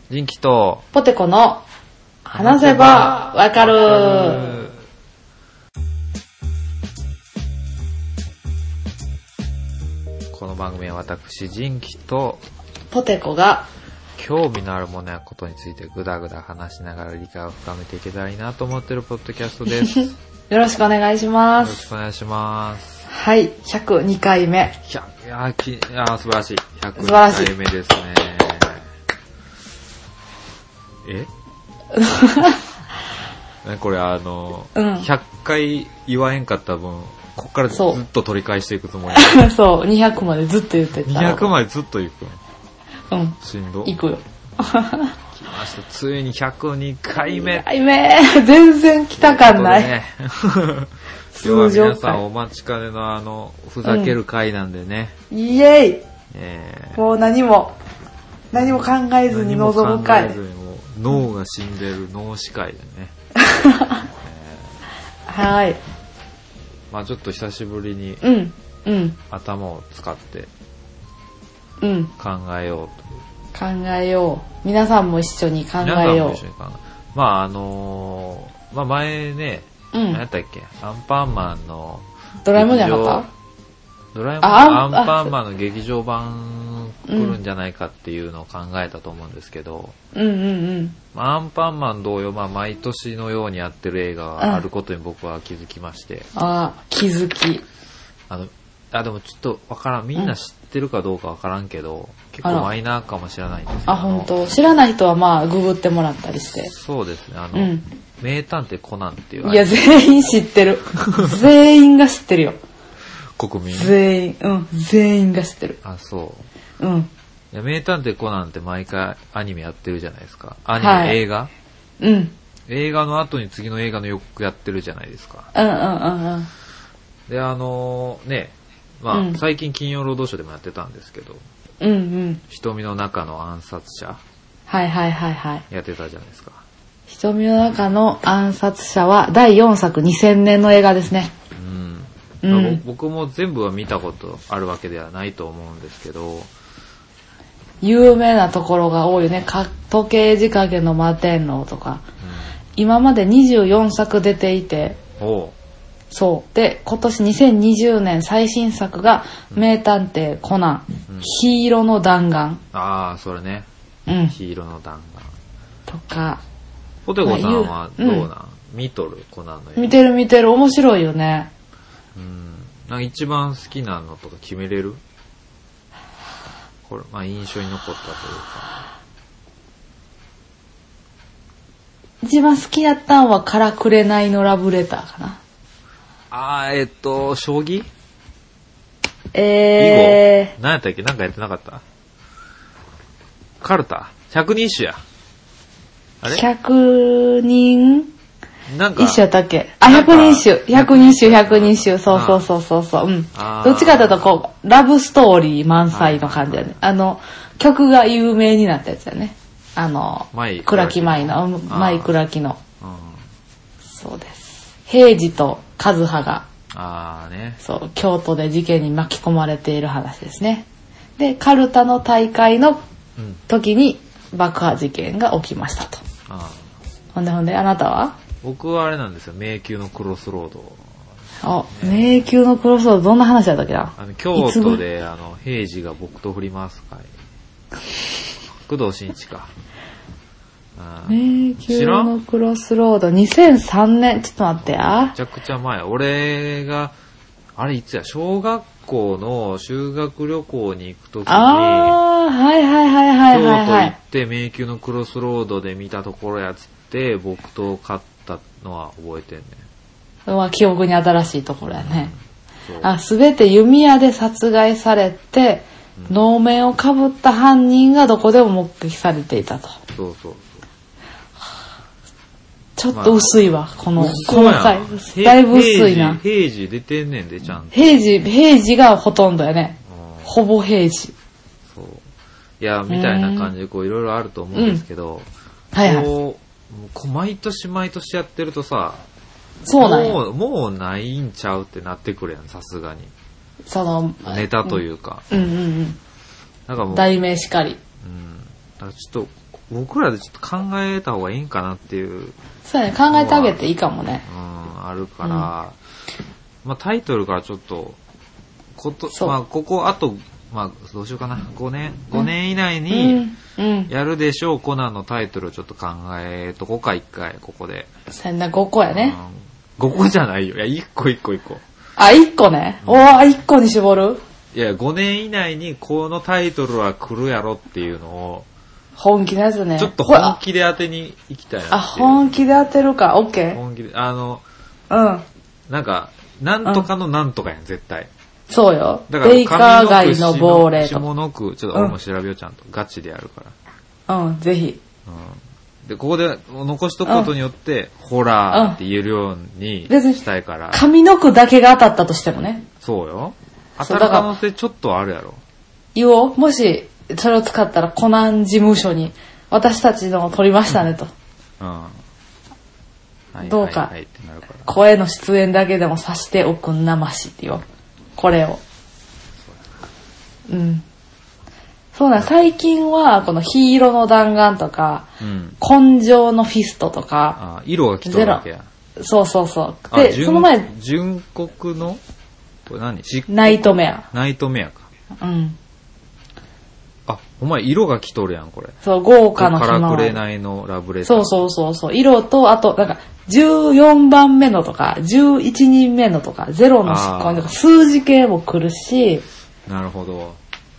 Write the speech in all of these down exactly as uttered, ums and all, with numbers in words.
人気とポテコの話せばわかる。 この番組は私人気とポテコが興味のあるものやことについてぐだぐだ話しながら理解を深めていけたらいいなと思っているポッドキャストです。よよろしくお願いしまろしす。 くお願いします。 はい、ひゃくにかいめ。 ひゃいやーきいやー素晴らしい。ひゃくに素晴らしいかいめですね。えねこれあの、 うん、 ひゃっかい言わへんかった分こっからずっと取り返していくつもり。 そう、にひゃくまでずっと言ってた。 にひゃくまでずっと行く。 うん。 しんど。 行くよ。 来ました。ついにひゃくにかいめ。 にかいめ。全然来たかんない。 ね、今日は皆さんお待ちかねのあの、ふざける回なんでね。 うん、イエイ、 えー、 もう何も、何も考えずに臨む回。 何も考えずにもう脳が死んでる脳死回でね。えー、はい。 まあちょっと久しぶりに、 うん、うん、 頭を使って、 うん、 考えようと。考えよう。皆さんも一緒に考えよう。 皆さんも一緒に考え。まああのー、まあ前ね、うん、何やったっけ、アンパンマンのドラえもんじゃなかった？ ドラえもんアンパンマンの劇場版来るんじゃないかっていうのを考えたと思うんですけど、 うんうんうん、 アンパンマン同様、まあ、毎年のようにやってる映画があることに僕は気づきまして、うん、 あ気づきあのあでもちょっとわからん、みんな知ってるかどうかわからんけど、うん、結構マイナーかもしれないんですけど、 あ本当知らない人はまあググってもらったりして。 そうですね、あの、うん、名探偵コナンっていう、 いや全員知ってる全員が知ってるよ国民全員、うん、全員が知ってる。 あ、そう。 うん。 いや名探偵コナンって毎回アニメやってるじゃないですか。アニメ、はい、映画うん。 映画の後に次の映画の予告やってるじゃないですか。 うんうんうんうん。 で、あのー、ね、まあ、うん、最近金曜ロードショーでもやってたんですけど、 うんうん。 瞳の中の暗殺者。 はいはいはいはい。 やってたじゃないですか。 瞳の中の暗殺者はだいよんさくにせんねんの映画ですね。 うん。うん、僕も全部は見たことあるわけではないと思うんですけど、 有名なところが多いね。時計仕掛けの摩天楼とか、うん、今までにじゅうよんさく出ていて、 おそうで今年にせんにじゅうねん最新作が名探偵コナン、うん、ヒーローの弾丸。 ああそれね、 うん、 ヒーローの弾丸とか。 ポテコさんはどうなん、うん、見とるコナンの映画。 見てる見てる、面白いよね。 うん、なんか一番好きなのとか決めれる？これまあ印象に残ったというか。 一番好きやったんはからくれないのラブレターかな。 あーえっと将棋？ えー。 囲碁？何やったっけ？なんかやってなかった？カルタ？百人一首や。あれ？ 百人なんか一首やったっけ？あ、百人一首。百人一首、百人一首。そうそうそうそうそう。うん。どっちかというとこう、ラブストーリー満載の感じだね。あの、曲が有名になったやつだね。あの、倉木舞の、舞倉木の。そうです。平次と和葉が、 あーね。 そう、京都で事件に巻き込まれている話ですね。で、カルタの大会の時に爆破事件が起きましたと。 あほんでほんで、あなたは？ 僕はあれなんですよ、迷宮のクロスロード。 あ、ね、迷宮のクロスロードどんな話だったっけな？ あの京都であの平次が僕と振り回す会。工藤新一か。 迷宮のクロスロードにせんさんねん、ちょっと待ってや。 めちゃくちゃ前。俺があれいつや、小学校の修学旅行に行くときに、 ああ、はいはいはいはいはい、はい。 京都行って迷宮のクロスロードで見たところやつって僕と買ったのは覚えてんねん。 まあ記憶に新しいところやね。うん、あ、すべて弓矢で殺害されて、うん、能面をかぶった犯人がどこでも目撃されていたと。 そうそう。 ちょっと薄いわ、まあ、この、 この回。 だいぶ薄いな。 平時出てんねんで、ちゃんと。 平時、平時がほとんどやね。ほぼ平時。 そう。いや、みたいな感じで、こう、いろいろあると思うんですけど、 うん、はいはい。 こう、こう毎年毎年やってるとさ、 そうなんや。 もう、もうないんちゃうってなってくるやん、さすがに。 その、 ネタというか。 うんうんうん。 なんかもう。 題名しかり。 うん。だからちょっと、 僕らでちょっと考えた方がいいんかなっていう。 そうやね、考えてあげていいかもね。 うん、あるから、うん、まあタイトルからちょっと、こと、まあここあと、まあどうしようかな、ごねん、ごねん以内にやるでしょう、うんうん、コナンのタイトルをちょっと考えとこうか、一回、ここで。 そんなごこやね。 うん、ごこじゃないよ。いや、いっこいっこいっこ。 あ、いっこね。うん、おー、いっこに絞る？ いや、ごねん以内にこのタイトルは来るやろっていうのを、 本気のやつね。 ちょっと本気で当てに行きたいなっていう。 あ、本気で当てるか。オッケー。 本気で、あの、 うん。 なんか、なんとかのなんとかやん、絶対。 そうよ。 だからベイカー街の亡霊と。 下の句、ちょっと俺も調べよう、ちゃんと。ガチでやるから。うん、ぜひ。 うん。で、ここで残しとくことによって、うん、ホラーって言えるようにしたいから。 上の句だけが当たったとしてもね。 そうよ。当たる可能性ちょっとあるやろ。 言おう。もし、それを使ったらコナン事務所に私たちのを撮りましたねと。うん。はい、どうか、はいはいってなるから、声の出演だけでもさしておくんなましってよ。これを。うん。そうなん、最近はこの黄色の弾丸とか、うん、根性のフィストとか、 あ、色が来てるわけや。 そうそうそう。で、その前、 純国のこれ何？ ナイトメア。 ナイトメアか。 うん。 あ、お前色が来とるやん、これ。 そう、豪華のひまわり。からくれないのラブレター。 そうそうそうそう。色と、あと、なんか、じゅうよんばんめのとか、じゅういちにんめのとか、ゼロの執行とか、数字系も来るし。 なるほど。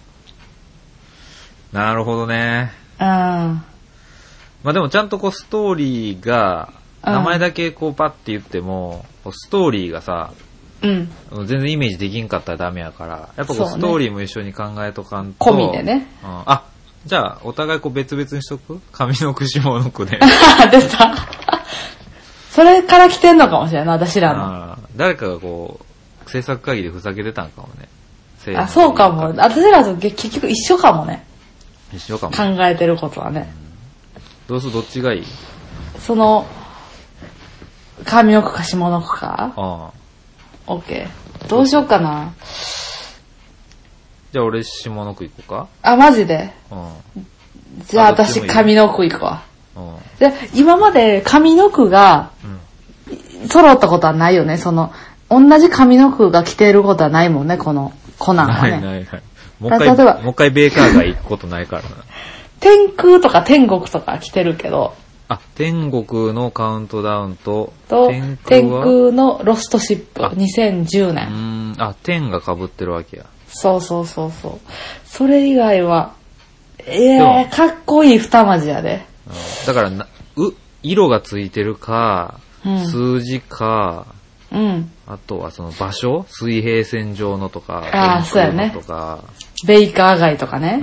なるほどね。 うん。まあでもちゃんとこう、ストーリーが、名前だけこう、パッて言っても、ストーリーがさ、うん、全然イメージできんかったらダメやから、やっぱこうストーリーも一緒に考えとかんと。 込みでね。 うん、あ、じゃあお互いこう別々にしとく？上の句下の句で。 出た。それから来てんのかもしれない、私らの。 誰かがこう、制作会議でふざけてたんかもね。 あ、そうかも。私らと結局一緒かもね。 一緒かも。 考えてることはね。 うん、どうする？どっちがいい？ その、上の句か下の句か？ ああ。 オッケー。どうしようかな。 じゃあ俺下の句行こうか。 あ、マジで？ うん。 じゃあ私上の句行くわ。 うん。 で、今まで上の句が、揃ったことはないよね。その、同じ上の句が来てることはないもんね、このコナンはね。 ないないない。もう一回、例えばもう一回ベーカーが行くことないからな。 天空とか天国とか来てるけど。 あ、天国のカウントダウンと、 と天 空, 天空のロストシップ、にせんじゅうねん。 うん、あ、天が被ってるわけや。 そうそうそうそう。それ以外は、ええー、かっこいい二文字やで。 うん、だからな、う、色がついてるか、うん、数字か、 うん。 あとはその場所、水平線上のとか、 ああ、そうやね。 とか、 ベイカー街とかね。 うん。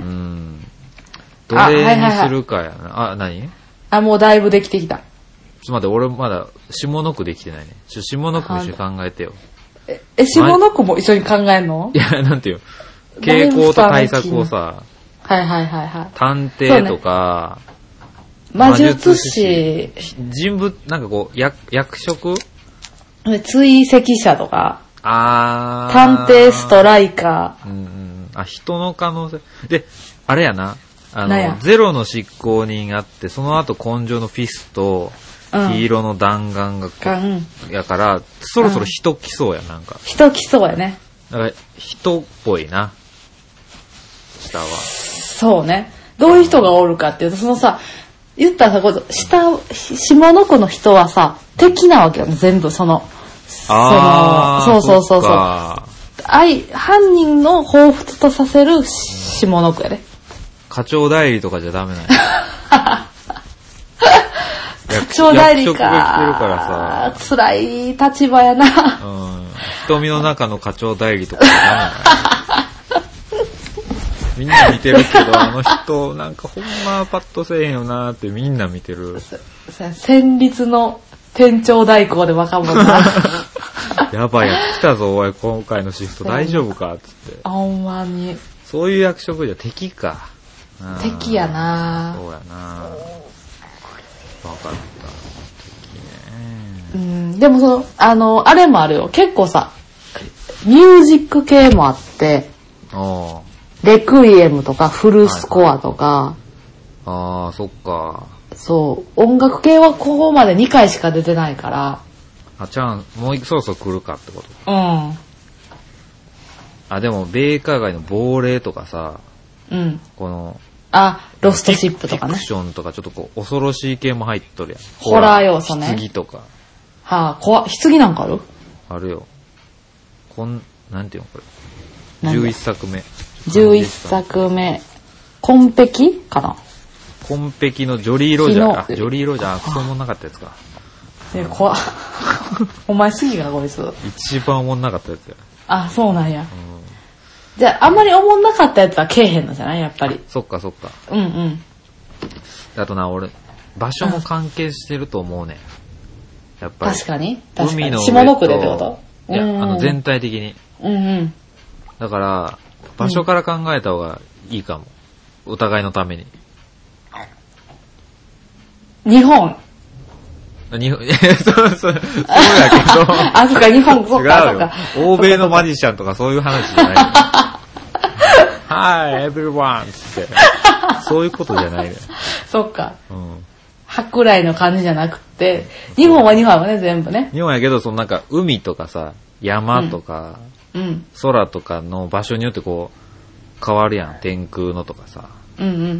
どれにするかやな。あ、はいはいはい、あ、何？ あ、もうだいぶできてきた。 ちょっと待って、俺まだ下の句できてないね。ちょ、下の句も一緒に考えてよ。 え、え下の句も一緒に考えんの？ いや、なんていう。傾向と対策をさ、 はいはいはいはい。 探偵とか、 ね、魔術師、 人物、なんかこう、役、役職？ 追跡者とか、 あー。 探偵ストライカー。うんうん。あ、人の可能性。で、あれやな。あの、ゼロの執行人があって、その後根性のフィスと、うん、黄色の弾丸がこう、やから、そろそろ人来そうや、なんか。 人来そうやね。 だから人っぽいな。下は。 そうね。どういう人がおるかっていうと、そのさ、言ったらさ、この下、下の子の人はさ、敵なわけよね、全部、その、 あその、そうそうそうそう。愛、犯人の彷彿とさせる下の子やね。 課長代理とかじゃダメなんや。 課長代理か。役職が来てるからさ。辛い立場やな。 うん。瞳の中の課長代理とかじゃダメなんや。みんな見てるけど、あの人、なんかほんまパッとせえへんよなーってみんな見てる。 戦慄の店長代行で若者な。 やばいやつ来たぞ、おい、今回のシフト大丈夫かっつって。 あ、ほんまに。 そういう役職じゃ敵か。 敵やな。 そうやな。わかった。 敵ね。うん、でもその、あの、あれもあるよ。結構さ、ミュージック系もあって、レクイエムとかフルスコアとか、 あああ、そっか。 そう。音楽系はここまでにかいしか出てないから。 あ、チャン、もうそろそろ来るかってこと。 うん。 あ、でも、米花街の亡霊とかさ、 うん。 この、 あ、ロストシップとかね。 フィクションとかちょっとこう、恐ろしい系も入っとるやん。 ホラー要素ね。 棺とか。 はあ、怖っ。棺なんかある？ あるよ。こん、なんていうのこれ。じゅういっさくめ。 じゅういっさくめ。紺碧かな？ 紺碧のジョリーロジャー。あ、ジョリーロジャー、クソもんなかったやつか。 え、怖っ。お前好きか、こいつ。 一番おもんなかったやつや。 あ、そうなんや。うん、じゃあ、あんまりおもんなかったやつはけえへんのじゃないやっぱり。 そっかそっか。 うんうん。 あとな、俺、場所も関係してると思うね。やっぱり。 確かに確かに。 海の上と下の句でってこと？ いや、あの、全体的に。 うんうん。 だから、場所から考えた方がいいかも。うん、お互いのために。 日本。 日本、いや、そう、そう、そうやけど。 あ、そっか、日本、そっか、そっか。 欧米のマジシャンとかそういう話じゃない。Hi, everyone! つって。そういうことじゃないね。 そっか。うん。舶来の感じじゃなくて、日本は日本はね、全部ね。 日本やけど、そのなんか、海とかさ、山とか、うん、空とかの場所によってこう、変わるやん。天空のとかさ。 うんうんうんうん。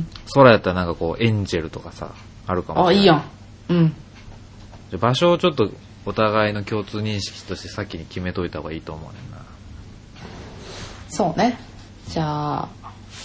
空やったらなんかこう、エンジェルとかさ、あるかもしれない。 あ、いいやん。うん。 場所をちょっとお互いの共通認識として先に決めといた方がいいと思うねんな。 そうね。じゃあ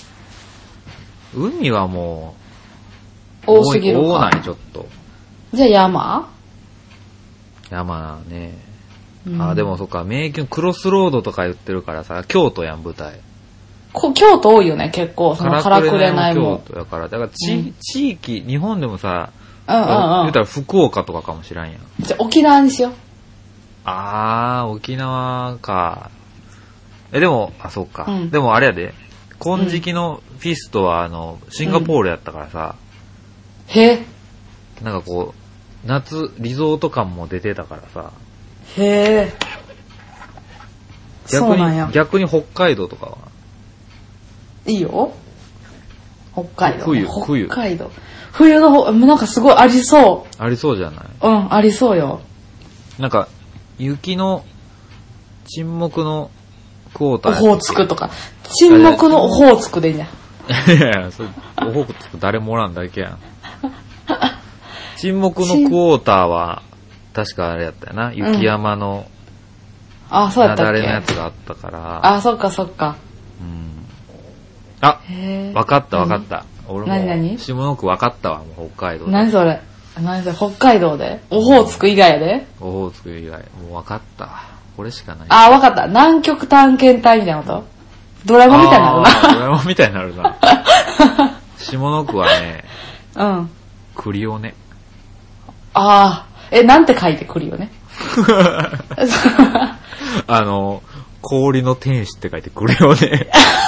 海はもう多すぎるか。 多ないちょっと。 じゃあ山？ 山ね。うん、あでもそっか、名曲クロスロードとか言ってるからさ、京都やん舞台。 こ京都多いよね結構。そのからくれないも京都やからだから地、うん、地域日本でもさ。 うんうんうん、 言ったら福岡とかかもしらんやん。 じゃあ沖縄にしよう。 あー、沖縄か。え、でも、あ、そうか。うん、でもあれやで、金色のフィストはあの、シンガポールやったからさ。 うん、へなんかこう、夏、リゾート感も出てたからさ。 へー。 逆そうなんや。 に、逆に北海道とかは。 いいよ。北海道。 冬、冬。 北海道。冬の方、なんかすごいありそう。 ありそうじゃない？ うん、ありそうよ。 なんか、雪の沈黙のクォーター。 オホーツクとか。沈黙のオホーツクでいいんじゃん。 いやいや、それ、オホーツク誰もおらんだけやん。沈黙のクォーターは、確かあれやったよな。雪山の、 うん、あ、そうやったっけ？ 雪崩のやつがあったから。 あ、そっかそっか。 うん。あ、わかったわかった。俺も何何下の句分かったわ、もう北海道で。 何それ何それ北海道でオホーツク以外やでオホーツク以外。もう分かった。これしかない。 あ、分かった。南極探検隊みたいなことドラえもんみたいになるな。 ドラえもんみたいになるな。下の句はね、 うん。 クリオネ。 ああ。え、なんて書いてクリオネあの、氷の天使って書いてクリオネ。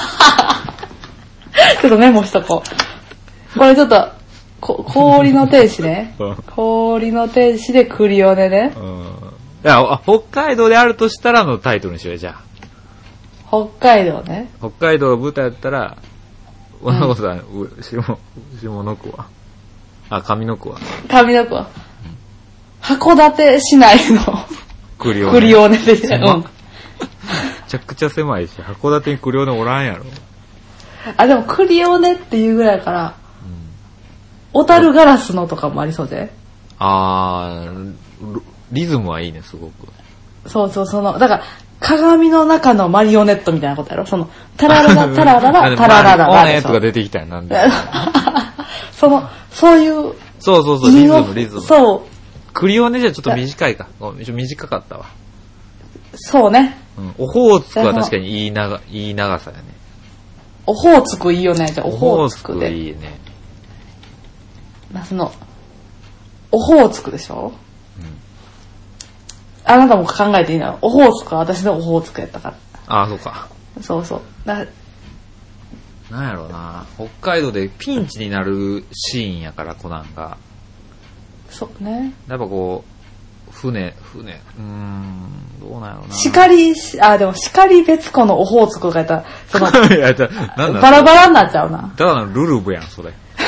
ちょっとメモしとこう。これちょっと、こ氷の天使ね。うん、氷の天使でクリオネね。 うん。いや、北海道であるとしたらのタイトルにしようじゃあ。 北海道ね。 北海道が舞台やったら、わなこさん、うん、下、下の句は。あ、上の句は。 上の句は。函館市内のクリオネ。 クリオネでした。うん。 めちゃくちゃ狭いし、函館にクリオネおらんやろ。 あ、でもクリオネっていうぐらいから、うん、小樽ガラスのとかもありそうで。 あー、リズムはいいね、すごく。 そうそう、その、だから、鏡の中のマリオネットみたいなことやろ。その、タラララ、タラララ、タララララ。 オネットが出てきたよ、なんで。 その、そういう。 そうそうそう、リズム、リズム。 そう。 クリオネじゃちょっと短いか。短かったわ。 そうね。 うん。オホーツクは確かにいい長、いい長さやね。 オホーツクいいよね。じゃあ、オホーツクで。 オホーツクいいね。 まあ、その、オホーツクでしょ、うん、あなたも考えていいのよ。オホーツクは私のオホーツクやったから。 ああ、そうか。 そうそう。だなんやろうな。北海道でピンチになるシーンやから、コナンが。そうね。やっぱこう、船、船、うーん、どうなんやろうな。 しかり、あ、でもしかり別湖のオホーツクがやったら、その、 いや、じゃなんだバラバラになっちゃうな。 ただのルルブやん、それ。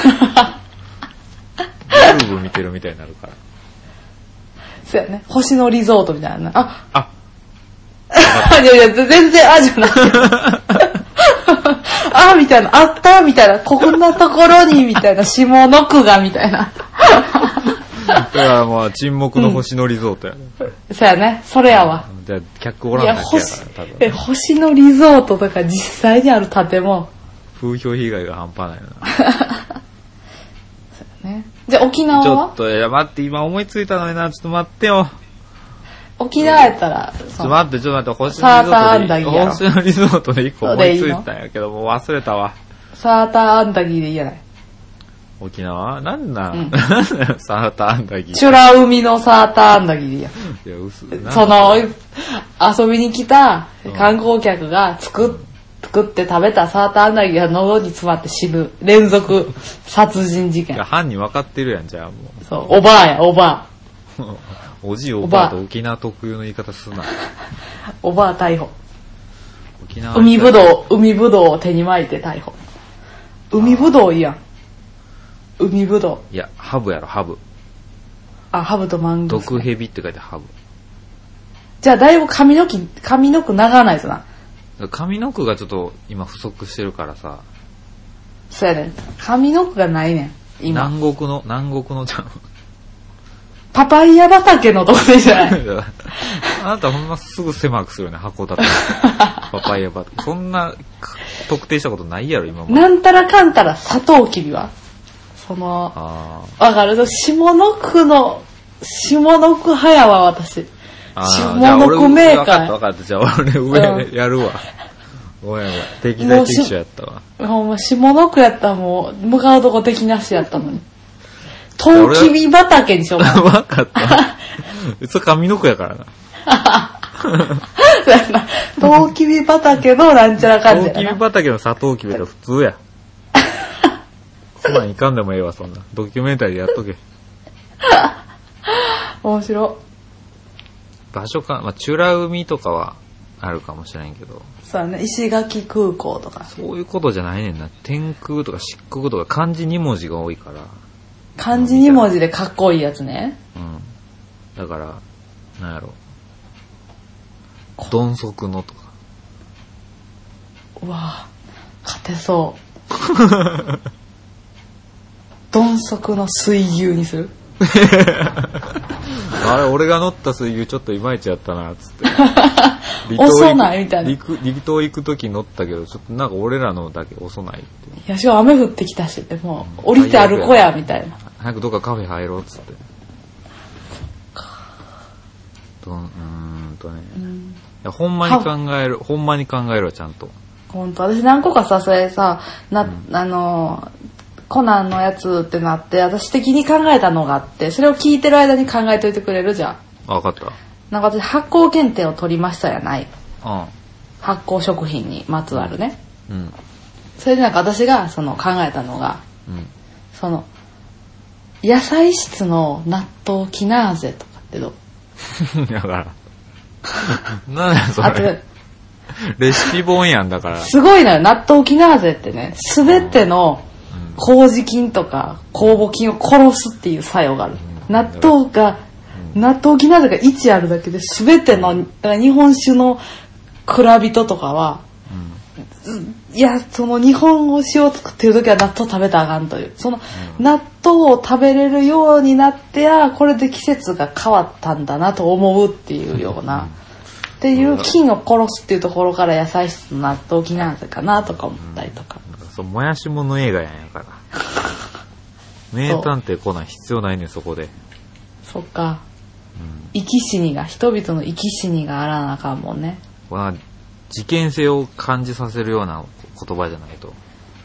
ユーブ見てるみたいになるから。 そうやね。星野リゾートみたいな。あ、 あいやいや、全然あじゃなくて。あみたいな、あったみたいな、こんなところに、みたいな、下の句が、みたいな。 だからまあ、沈黙の星野リゾートやね。 うん、そうやね。それやわ。 じゃあ、客おらんだけやから、多分。 え、星野リゾートとか実際にある建物。 風評被害が半端ないな。 そうやね。じゃあ、沖縄はちょっと、いや、待って、今思いついたのにな、ちょっと待ってよ。 沖縄やったら、 ちょっと待って、ちょっと待って、星野リゾートで、 ー星野リゾートで一個思いついたんやけど、もう忘れたわ。 サーターアンダギーでいいやない。 沖縄なんなん、うん、なんだよ、サーターアンダギー。 チュラ海のサーターアンダギーでいいや。 いや、嘘。 その、遊びに来た観光客が作っ、作って食べたサーターアンダギーが喉に詰まって死ぬ。連続殺人事件。 いや、犯人分かってるやん、じゃあもう。 そう、おばあや、おばあ。 おじいおばあと沖縄特有の言い方すな。 おばあ逮捕。 沖縄海ぶどう、海ぶどうを手に巻いて逮捕。海ぶどういいやん。海ぶどう。いや、ハブやろ、ハブ。 あ、ハブとマングース。 毒蛇って書いてハブ。 じゃあだいぶ髪の毛、髪の毛長ないとな。 髪の毛がちょっと今不足してるからさ。 そうやねん。髪の毛がないねん、今。 南国の、南国のちゃん。 パパイヤ畑のとこでじゃない。 あなたほんますぐ狭くするよね、箱だと。パパイヤ畑。そんな特定したことないやろ、今まで。 なんたらかんたらサトウキビはその、わかる下の句の、下の句派やわ、私。下の句メーカー。わかったわかった。じゃあ俺上でやるわ。ごめんごめん。適材適所やったわ。 ほんま、下の句やったらもう、向かうとこ敵なしやったのに。トウキビ畑にしようかな。 わかった。それ髪の毛やからな。 トウキビ畑のなんちゃら感じやな。 トウキビ畑のサトウキビが普通や。そんなんいかんでもええわ、そんな。ドキュメンタリーやっとけ。 面白い。場所か、まあ、チュラ海とかはあるかもしれんけど。 そうだね、石垣空港とか。 そういうことじゃないねんな。天空とか漆黒とか漢字に文字が多いから。 漢字に文字でかっこいいやつね。 うん。だから、なんやろ。どんそくのとか。 うわぁ、勝てそう。どんそくの水牛にするあれ、俺が乗った水牛ちょっといまいちやったな、つって。 遅ないみたいな。 陸、離島行くとき乗ったけど、ちょっとなんか俺らのだけ遅ないって。 いや、しかも雨降ってきたし、でもう、降りて歩こうや、みたいな。 早くどっかカフェ入ろう、つって。どん、うーんとね。うん、いやほんまに考える、ほんまに考えるわ、ちゃんと。 ほんと、私何個かさ、それさ、な、うん、あの、コナンのやつってなって、私的に考えたのがあって、それを聞いてる間に考えといてくれるじゃん。 わかった。 なんか私発酵検定を取りましたやない。 うん。 発酵食品にまつわるね。 うん。 それでなんか私がその考えたのが、 うん、その、野菜室の納豆キナーゼとかってどう？ だから。なんやそれ。レシピ本やんだから。 すごいのよ、納豆キナーゼってね、すべての麹菌とか酵母菌を殺すっていう作用がある。うん、納豆が、うん、納豆キナーゼがいちあるだけですべての、だから日本酒の蔵人とかは、うん、いや、その日本酒を作ってる時は納豆食べたらあかんという。その納豆を食べれるようになってや、これで季節が変わったんだなと思うっていうような、うん、っていう菌を殺すっていうところから野菜室の納豆キナーゼかなとか思ったりとか。 うん、そう、もやしもの映画やんやから。名探偵コナン必要ないねん、そこで。 そっか。うん、生き死にが、人々の生き死にがあらなあかんもんね。 事件性を感じさせるような言葉じゃないと。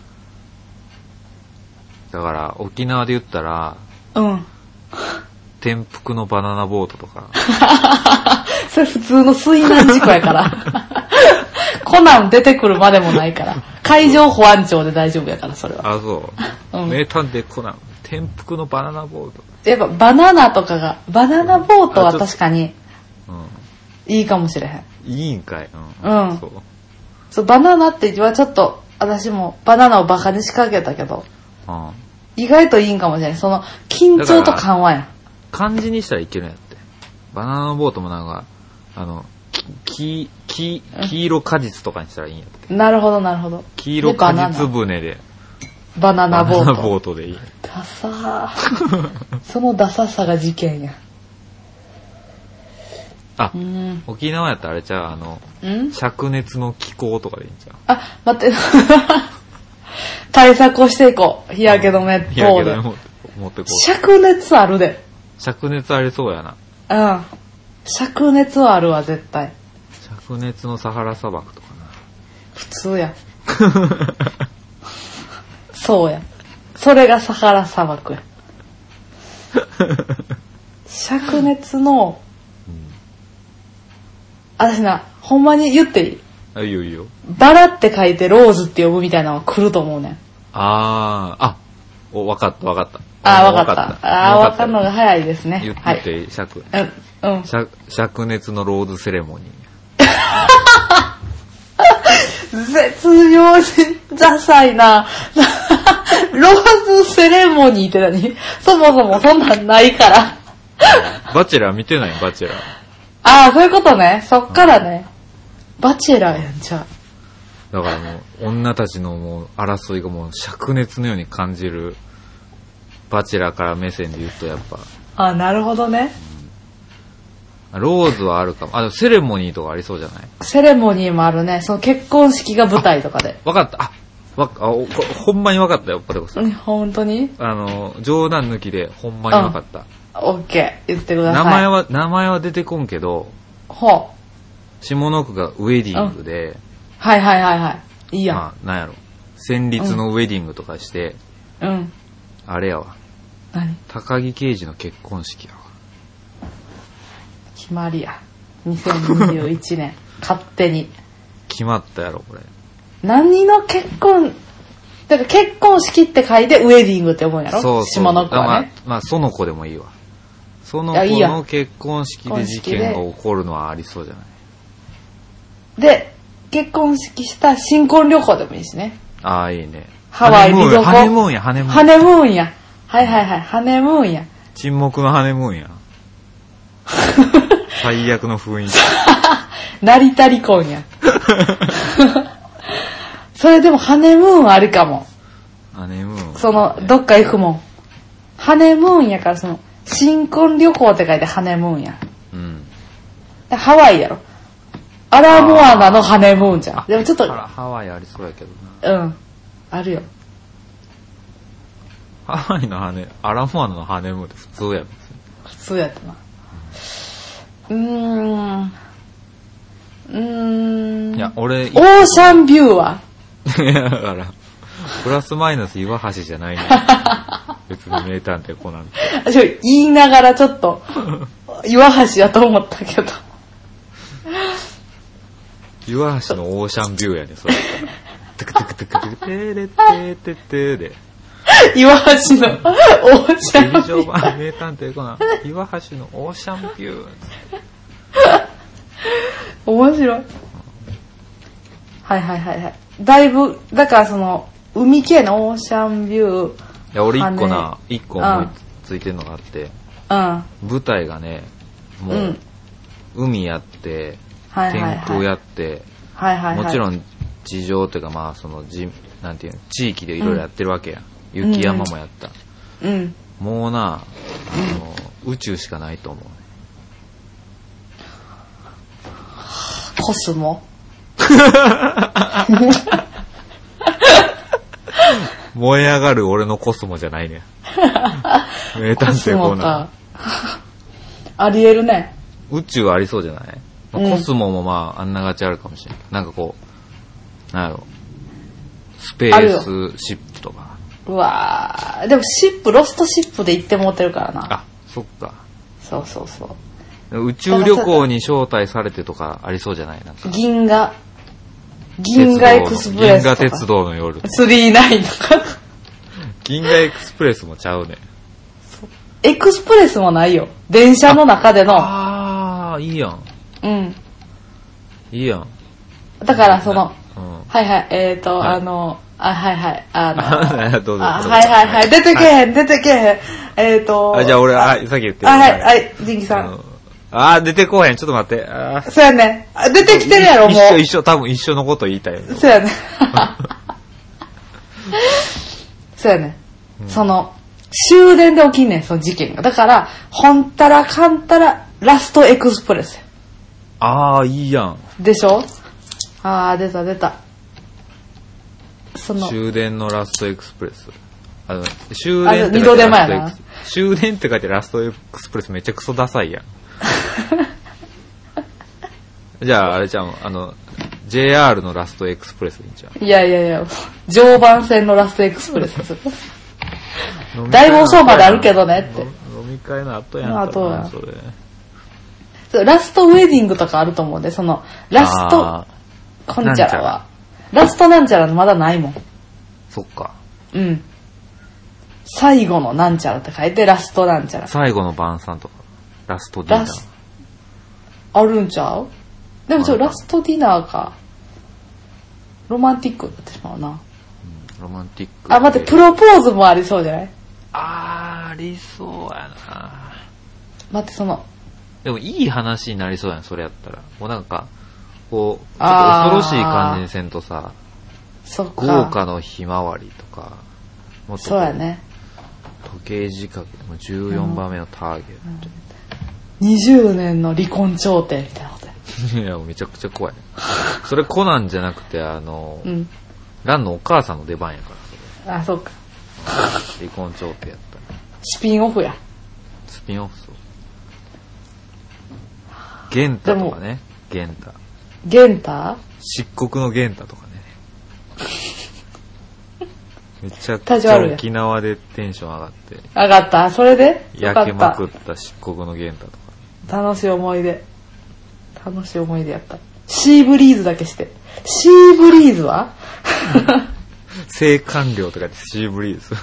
だから沖縄で言ったら、 うん。 転覆のバナナボートとか。 それ普通の水難事故やから。コナン出てくるまでもないから。海上保安庁で大丈夫やから、それは。 あ、そう。うん、名探偵コナン、転覆のバナナボート。 やっぱバナナとかが、バナナボートは確かに、いいかもしれへん。 いいんかい。 うん。うん、そう。そう、バナナってはちょっと、私もバナナをバカにしかけたけど、 うん、 意外といいんかもしれない。その、緊張と緩和やん。 漢字にしたらいけるんやって。バナナボートもなんか、あの、き、き、黄色果実とかにしたらいいんやって。 なるほど、なるほど。 黄色果実船で。 バナナボート。 バナナボートでいい。 ダサー。そのダサさが事件や。 あ、沖縄やったらあれちゃう、あの、灼熱の気候とかでいいんちゃう。 あ、待って。対策をしていこう。日焼け止め日焼け止め持ってこう。 灼熱あるで。 灼熱ありそうやな。 うん。灼熱はあるわ、絶対。 灼熱のサハラ砂漠とかな。 普通や。そうや。それがサハラ砂漠や。灼熱の、うん、私な、ほんまに言っていい？ あ、いいよいいよ。 バラって書いてローズって呼ぶみたいなのが来ると思うねん。 あー、あ、お、わかったわかった。 あー、わかった。あー、わかるのが早いですね。 言ってて、灼、 はい、うん、うん。 灼熱のローズセレモニー。 絶妙にダサいな。ローズセレモニーって何？そもそもそんなんないから。 バチェラー見てないバチェラー。 ああ、そういうことね。そっからね。うん、バチェラーやん、じゃあ。 だからもう、女たちのもう争いがもう灼熱のように感じる、バチェラーから目線で言うとやっぱ。 ああ、なるほどね。 うん、ローズはあるかも。あ、でもセレモニーとかありそうじゃない？ セレモニーもあるね。その結婚式が舞台とかで。 わかった。あ、わあおほんまにわかったよ、これこそ。 本当に？ あの、冗談抜きでほんまにわかった。 オッケー、言ってください。 名前は、名前は出てこんけど、 ほう。下の句がウェディングで、うん、 はいはいはいはい。いいやん。 まあ、なんやろ。戦慄のウェディングとかして、 うん。 あれやわ。 何？ 高木刑事の結婚式やわ。 決まりや。にせんにじゅういちねん。勝手に。 決まったやろ、これ。 何の結婚、だから結婚式って書いてウェディングって思うんやろ？ そうそう。 下の子はね。 まあ、まあ、その子でもいいわ。その子の結婚式で事件が起こるのはありそうじゃない？ で、結婚式した新婚旅行でもいいしね。 ああ、いいね。 ハワイリゾコ。 ハネムーンや、ハネムーン。 ハネムーンや。はいはいはい、ハネムーンや。 沈黙のハネムーンや。最悪の雰囲気。 成田離婚や。それでもハネムーンあるかも。 ハネムーン。 その、どっか行くもん。ハネムーンやからその、新婚旅行って書いてハネムーンや。 うん。 ハワイやろ。アラモアナのハネムーンじゃん。でもちょっと。 ハワイありそうやけどな。 うん。あるよ。 ハワイのハネ、アラモアナのハネムーンって普通やん。 普通やったな。うーん。うーん。 いや、俺。 オーシャンビューは？ いや、だから、プラスマイナス岩橋じゃないの。別に名探偵コナン。 言いながらちょっと、岩橋やと思ったけど。 岩橋のオーシャンビューやね、それ。テクテクテクテクテレテテテで。 岩橋のオーシャンビュー。 劇場版名探偵コナン。岩橋のオーシャンビュー。 面白い。はいはいはいはい。だいぶ、だからその、海系のオーシャンビュー。 いや、俺一個な、一個思いついてるのがあって、 うん。 舞台がね、もう、うん、海やって、はいはいはい、天空やって、 はいはいはい、 もちろん地上というかまあそのじなんていうの地域でいろいろやってるわけや、うん、雪山もやった、 うん、 もうなあの、うん、宇宙しかないと思うね。 コスモ燃え上がる俺のコスモじゃないね。名探偵コナン。 ありえるね。 宇宙ありそうじゃない？まあ、コスモもまああんながちあるかもしれない。なんかこう、なんやろ、スペースシップとか。 うわー、でもシップ、ロストシップで行ってもってるからな。 あ、そっか。 そうそうそう。 宇宙旅行に招待されてとかありそうじゃない？なんか銀河、銀河エクスプレスとか。 銀河鉄道の夜。 スリーナインとか。 銀河エクスプレスもちゃうね。 エクスプレスもないよ。電車の中での。 ああ、いいやん。 うん。 いいやん。 だからその、 うん、 はいはい、えっ、ー、と、はい、あの、 あ、はいはい。あの、 どうぞ。 あ、はいはいはい。出てけへん、出てけへん。えっと。 あ、じゃあ俺、あ、さっき言ってる。 あ、はい、はい、ジンギさん。 あ、出てこへん。ちょっと待って。あそうやね。出てきてるやろ、もう。 一緒、一緒、多分一緒のこと言いたいよ。 そうやね。そうやね。うん、その、終電で起きんねん、その事件が。だから、ほんたらかんたら、ラストエクスプレスや。 ああ、いいやん。 でしょ？ああ、出た出た。その終電のラストエクスプレス。あの、終電って二度手間やな。 終電って書いてラストエクスプレスめっちゃクソダサいやん。じゃあ、あれじゃん、あの、ジェイアール のラストエクスプレスでいいんじゃん。 いやいやいや、常磐線のラストエクスプレスです。だいぶ遅うまであるけどねって。 飲み会の後やんかな、 後やそれ。 そう、ラストウェディングとかあると思うんで、その、ラスト、こんちゃらは。ラストなんちゃらまだないもん。 そっか。 うん。最後のなんちゃらって書いて、ラストなんちゃら。 最後の晩餐とか、ラストディナー。 あるんちゃう？でもちょ、ラストディナーか。ロマンティックになってしまうな。うん、 ロマンティック。 あ、待って、プロポーズもありそうじゃない？ あー、ありそうやな。 待って、その。 でもいい話になりそうやん、それやったら。もうなんか、こう、ちょっと恐ろしい感じにせんとさ、 そっか。 豪華のひまわりとか、 もっとそうやね。 時計仕掛け、もうじゅうよんばんめのターゲット。 うん、にじゅうねんの離婚調停みたいなことや。 いや、めちゃくちゃ怖い。それコナンじゃなくて、あの、うん、ランのお母さんの出番やから、 それ。あ、そうか。 離婚調停やったら。 スピンオフや。 スピンオフ、そう。ゲンタとかね、ゲンタ。 ゲンタ？ 漆黒のゲンタとかね。めちゃくちゃ沖縄でテンション上がって。 上がった？それで？ 焼けまくった漆黒のゲンタとか。楽しい思い出。楽しい思い出やった。シーブリーズだけして。シーブリーズは性官僚とかってシーブリーズ。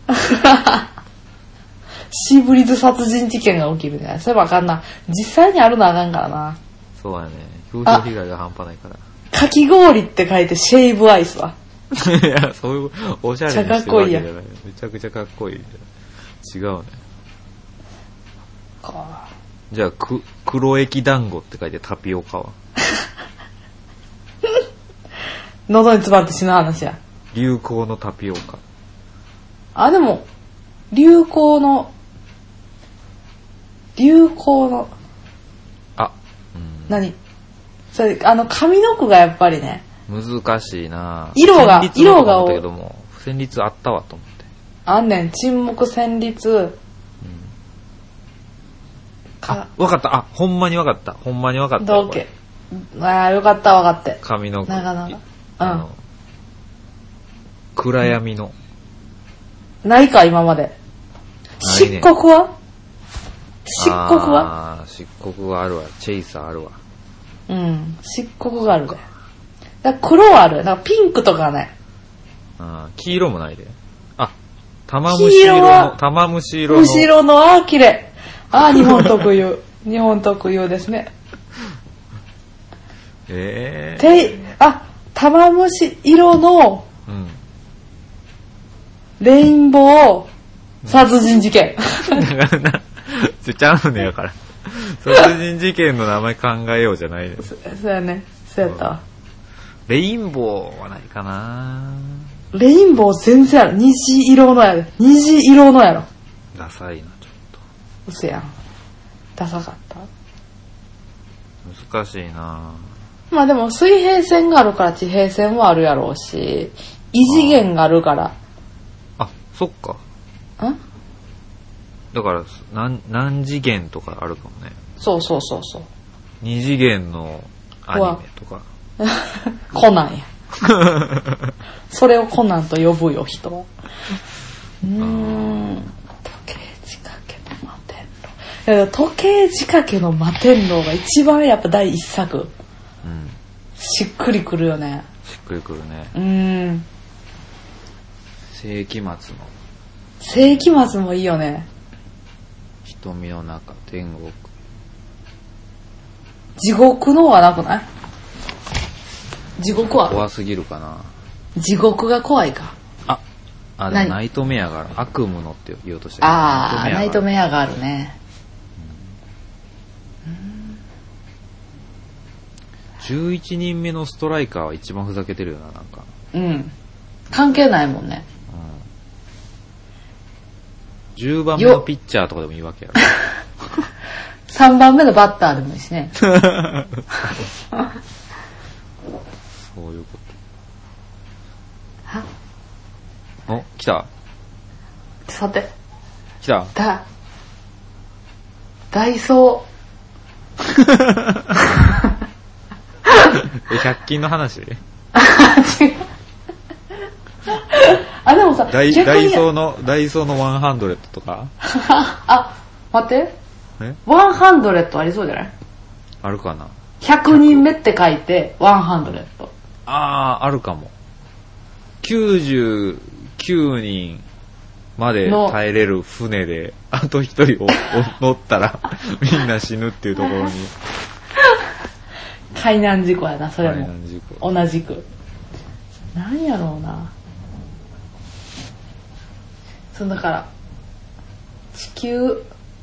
シーブリーズ殺人事件が起きるね。そういえばあかんな。実際にあるのはあかんからな。 そうやね。風評被害が半端ないから。 かき氷って書いてシェイブアイスは。 いや、そういう、おしゃれにしてるわけじゃない。めちゃくちゃかっこいい。違うね。かじゃあ、く、黒液団子って書いてタピオカは。 喉に詰まって死ぬ話や。 流行のタピオカ。 あ、でも、流行の、流行の、 あ、 うん、何それ、あの、上の句がやっぱりね。 難しいな色が、色が多い。けども、旋律あったわと思って。 あんねん、沈黙旋律。うん、 あ、わかった。あ、ほんまにわかった。ほんまにわかった。 どうけ。ああ、よかったわかって。 上の句。 なかなか。うん。 暗闇の。 ないか、今まで。漆黒は漆黒はああ、漆黒はあるわ。チェイサーあるわ。 うん、漆黒があるで。だから黒はある。だからピンクとかね。 ああ、黄色もないで。あ、玉虫色の、玉虫色の。 虫色の、あー、綺麗。あー、日本特有。日本特有ですね。 ええー。 て、あ、玉虫色の、うん、レインボー殺人事件。 ちゃうねやから。殺人事件の名前考えようじゃないです。 そうやね。そうやったわ。 レインボーはないかな。 レインボー全然やろ。虹色のやろ。虹色のやろ。 ダサいな、ちょっと。 うせやん。ダサかった。 難しいな。 まあでも水平線があるから地平線はあるやろうし、異次元があるから。 あ、そっか。 んだから何、何次元とかあるかもね。 そうそうそうそう。 二次元のアニメとか。 コナンや。それをコナンと呼ぶよ、人は。うーん。時計仕掛けの摩天楼。時計仕掛けの摩天楼が一番やっぱ第一作。うん。しっくりくるよね。 しっくりくるね。 うーん。 世紀末の。 世紀末もいいよね。 瞳の中、天国。 地獄のはなくない？地獄は怖すぎるかな。 地獄が怖いか。 あ、あ、でもナイトメアがある。悪夢のって言おうとしてる。 ああ、ナイトメアがあるね。 じゅういちにんめのストライカーは一番ふざけてるよな、なんか。 うん。関係ないもんね。 うん、じゅうばんめのピッチャーとかでもいいわけやろ。 さんばんめのバッターでもいいしね。そういうこと。はお、来た。 さて。 来た。 だ、ダイソー。 え、ひゃく均の話？違う。 あ、でもさ、 ダイ、ダイソーの、ダイソーのひゃくとかあ、待って。 えひゃくありそうじゃない？ あるかな。 ひゃくにんめって書いて、ひゃく。 あー、あるかも。きゅうじゅうきゅうにんまで耐えれる船で、あとひとりを乗ったら、みんな死ぬっていうところに。 海難事故やな、それも。 海難事故。 同じく。何やろうな。そうだから、地球、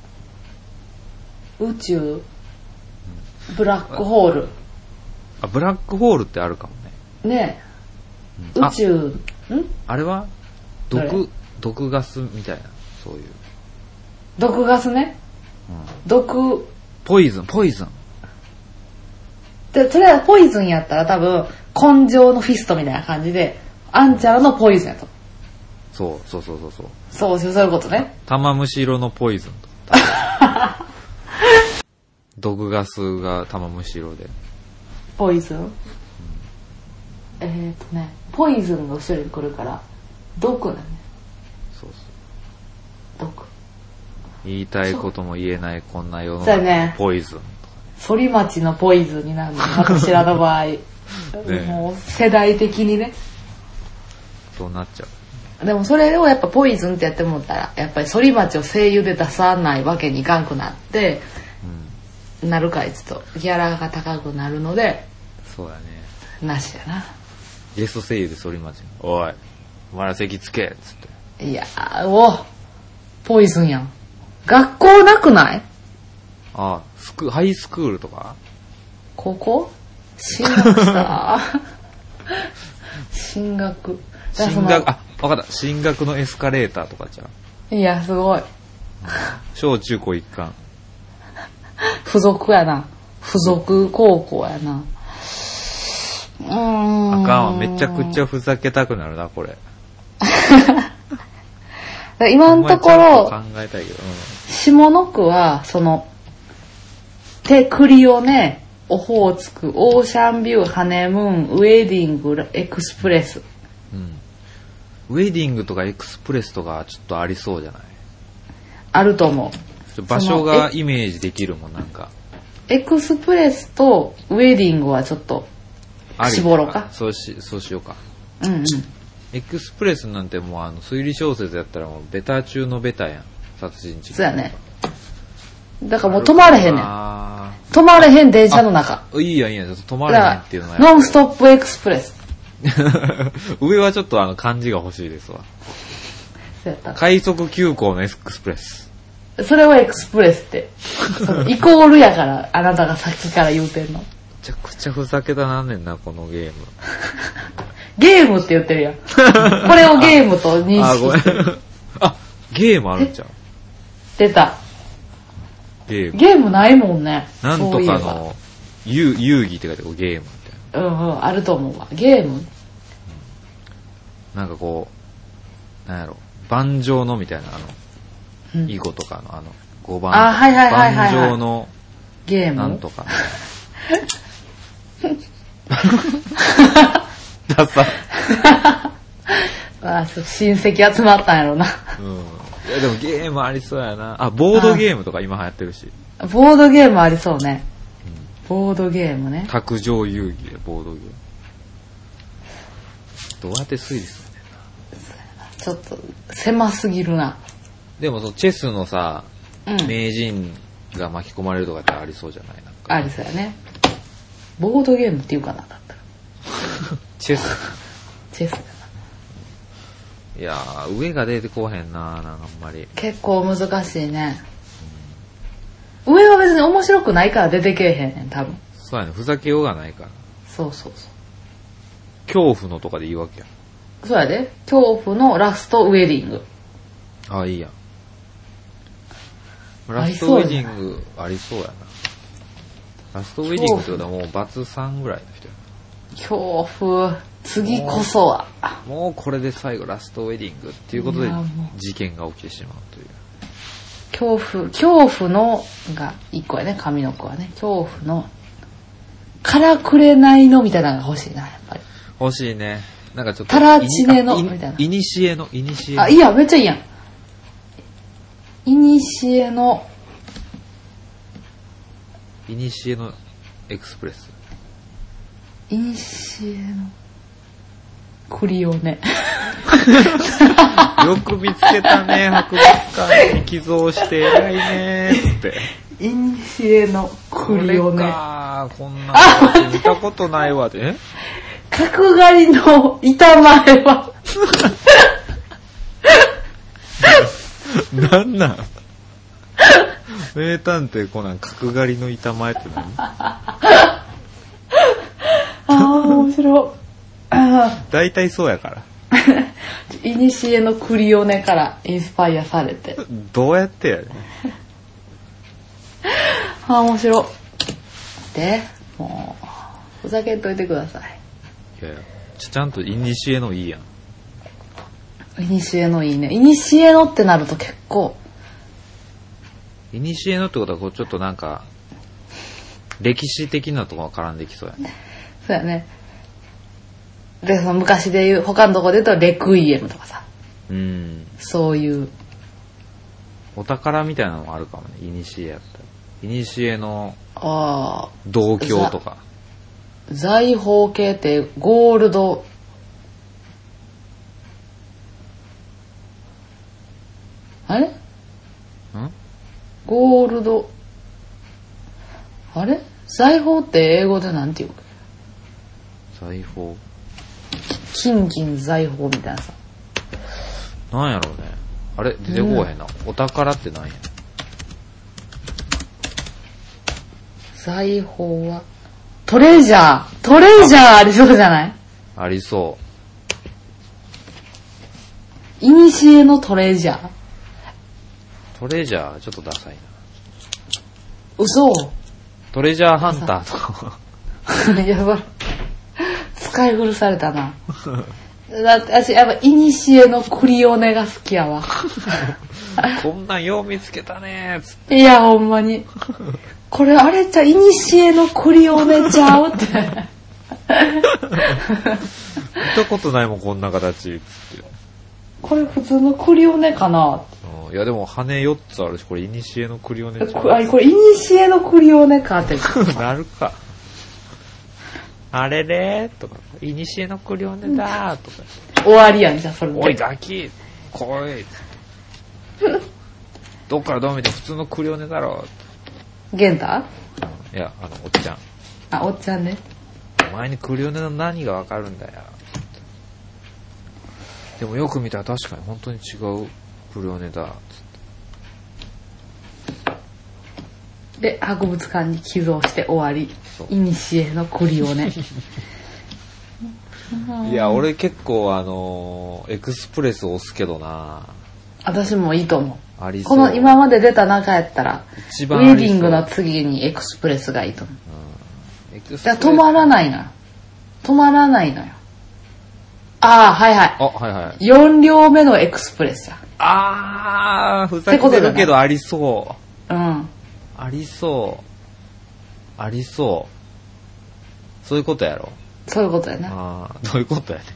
宇宙、ブラックホール。 あ、ブラックホールってあるかもね。 ねえ。宇宙、んあれは毒、毒ガスみたいな、そういう。 毒ガスね。うん、毒。 ポイズン、ポイズン。 で、それはポイズンやったら多分、根性のフィストみたいな感じで、アンチャラのポイズンやと。 そう、そうそうそうそう。 そう、そういうことね。 玉虫色のポイズンと。毒ガスが玉虫色で。 ポイズン、うん、えーっとね、ポイズンが後ろに来るから、毒だね。そうそう。毒。 言いたいことも言えないこんな世の中、ね、 ポイズン。 反町のポイズンになるの、私らの場合。ね、もう世代的にね。 そうなっちゃう。でもそれをやっぱポイズンってやってもったら、やっぱり反町を声優で出さないわけにいかんくなって、うん、なるかいつとギャラが高くなるので、 そうだね。 なしやな。 ゲスト声優で反町。おい、お前ら席つけっつって。 いやー、おポイズンやん。学校なくない？ ああ、スク、ハイスクールとか？ 高校？進学した進学。 進学、あ、わかった。進学のエスカレーターとかじゃん。 いや、すごい。 小中高一貫。 付属やな。付属高校やな。うーん。 あかんわ。めちゃくちゃふざけたくなるな、これ。 今のところ、 考えたいけど、うん、 下の句は、その、手栗をね、オホーツク、オーシャンビュー、ハネムーン、ウェディング、エクスプレス。 うん。ウェディングとかエクスプレスとかちょっとありそうじゃない？ あると思う。場所がイメージできるもん、なんか。 エクスプレスとウェディングはちょっと絞ろうか。 そうし、そうしようか。 うんうん。 エクスプレスなんてもうあの推理小説やったらもうベタ中のベタやん。殺人事件。 そうやね。だからもう止まれへんねん。止まれへん電車の中。 いいやいいや、止まれへんっていうのは。 ノンストップエクスプレス。 上はちょっとあの漢字が欲しいですわ。 そうやった。 快速急行のエクスプレス。 それをエクスプレスって。イコールやから、あなたがさっきから言うてんの。 めちゃくちゃふざけたなんねんな、このゲーム。 ゲームって言ってるやん。これをゲームと認識してる。 あ、ごめん。あ、ゲームあるんちゃう？ 出た。 ゲーム。 ゲームないもんね。 なんとかの、遊戯って書いてあるゲームみたいな。うんうん、あると思うわ。ゲーム、うん、 なんかこう、なんやろ、盤上のみたいな、あの、うん、囲碁とかのあの、ごばん。 あ、はいはいはいはい、はい。 盤上の、 ゲームなんとか。ダサ。 あ、親戚集まったんやろな。 うん。いやでもゲームありそうやな。あ、ボードゲームとか今流行ってるし。 ボードゲームありそうね。うん、ボードゲームね。 卓上遊戯でボードゲーム。どうやって推理するんだよな。ちょっと狭すぎるな。 でもそのチェスのさ、うん、名人が巻き込まれるとかってありそうじゃない？なんかありそうやね。ボードゲームっていうかなだったら。 チェス。 チェス。 いやー、上が出てこうへんな、なんかあんまり。 結構難しいね。うん、上は別に面白くないから出てけえへんねん、多分。 そうやね、ふざけようがないから。 そうそうそう。 恐怖のとかでいいわけや。 そうやで。恐怖のラストウェディング。 ああ、いいやん。ラストウェディングありそうやな。ラストウェディングってことはもうバツさんぐらいの人やな。恐怖。次こそは。 もうこれで最後ラストウェディングっていうことで事件が起きてしまうという。 恐怖、恐怖のが一個やね、上の句はね。恐怖の、からくれないのみたいなのが欲しいな、やっぱり。 欲しいね。なんかちょっと。 タラチネの、みたいな。 いにしえの、いにしえの。 あ、いいや、めっちゃいいやん。いにしえの、 いにしえのエクスプレス。 いにしえの、クリオネ。 よく見つけたね、博物館に寄贈して偉いねーって。 いにしえのクリオネ。 これかー、こんなの見たことないわで。 角刈りの板前は。 なんなん名探偵コナン角刈りの板前って何？ ああ、面白い。 大体そうやから。 いにしえのクリオネからインスパイアされて。 どうやってやねん。 ああ、面白い。で、もう、ふざけんといてください。 いやいや、ち, ちゃんといにしえのいいやん。 いにしえのいいね。いにしえのってなると結構。 いにしえのってことはこうちょっとなんか、歴史的なところが絡んできそうやね。 そうやね。で、その昔で言う、他のとこで言うとレクイエムとかさ。 うん。 そういう。 お宝みたいなのもあるかもね。いにしえやったら。いにしえの銅鏡とか。 財宝系ってゴールド、あれ？ん？ゴールド、あれ？財宝って英語でなんて言うか？ 財宝。 金銀財宝みたいなさ。 なんやろうね。あれ出てこうへんな。うん、お宝ってなんや。 財宝はトレジャー。トレジャーありそうじゃない？ ありそう。 いにしえのトレジャー。 トレジャーちょっとダサいな。 嘘。 トレジャーハンターとか。 やばい。使い古されたな。だって私やっぱいにしえのクリオネが好きやわ。 こんなんよう見つけたねーつって。 いやほんまに。これあれちゃいにしえのクリオネちゃうって。見たことないもんこんな形つって。 これ普通のクリオネかな。 いやでも羽よっつあるしこれいにしえのクリオネちゃう。 あこれいにしえのクリオネかって。 なるか。あれれーとかいにしえのクリオネだーとか。 終わりやんじゃあそれで。 おいガキ来い。どっからどう見て普通のクリオネだろう。ゲンタ？ いやあのおっちゃん。 あおっちゃんね。 お前にクリオネの何がわかるんだよ。でもよく見たら確かに本当に違うクリオネだっつって。 で博物館に寄贈して終わり。いにしえのクリオネ。 いや俺結構あのー、エクスプレス押すけどな。 私もいいと思う。 ありそう。 この今まで出た中やったら一番ウェディングの次にエクスプレスがいいと思う。うん、エクスプレス止まらないのよ。止まらないのよ。ああはいはい。 あはいはい。 よん両目のエクスプレスや。 ああふざけてるけどありそう。 うん。 ありそう。ありそう。そういうことやろ。 そういうことやな。 ああどういうことやね。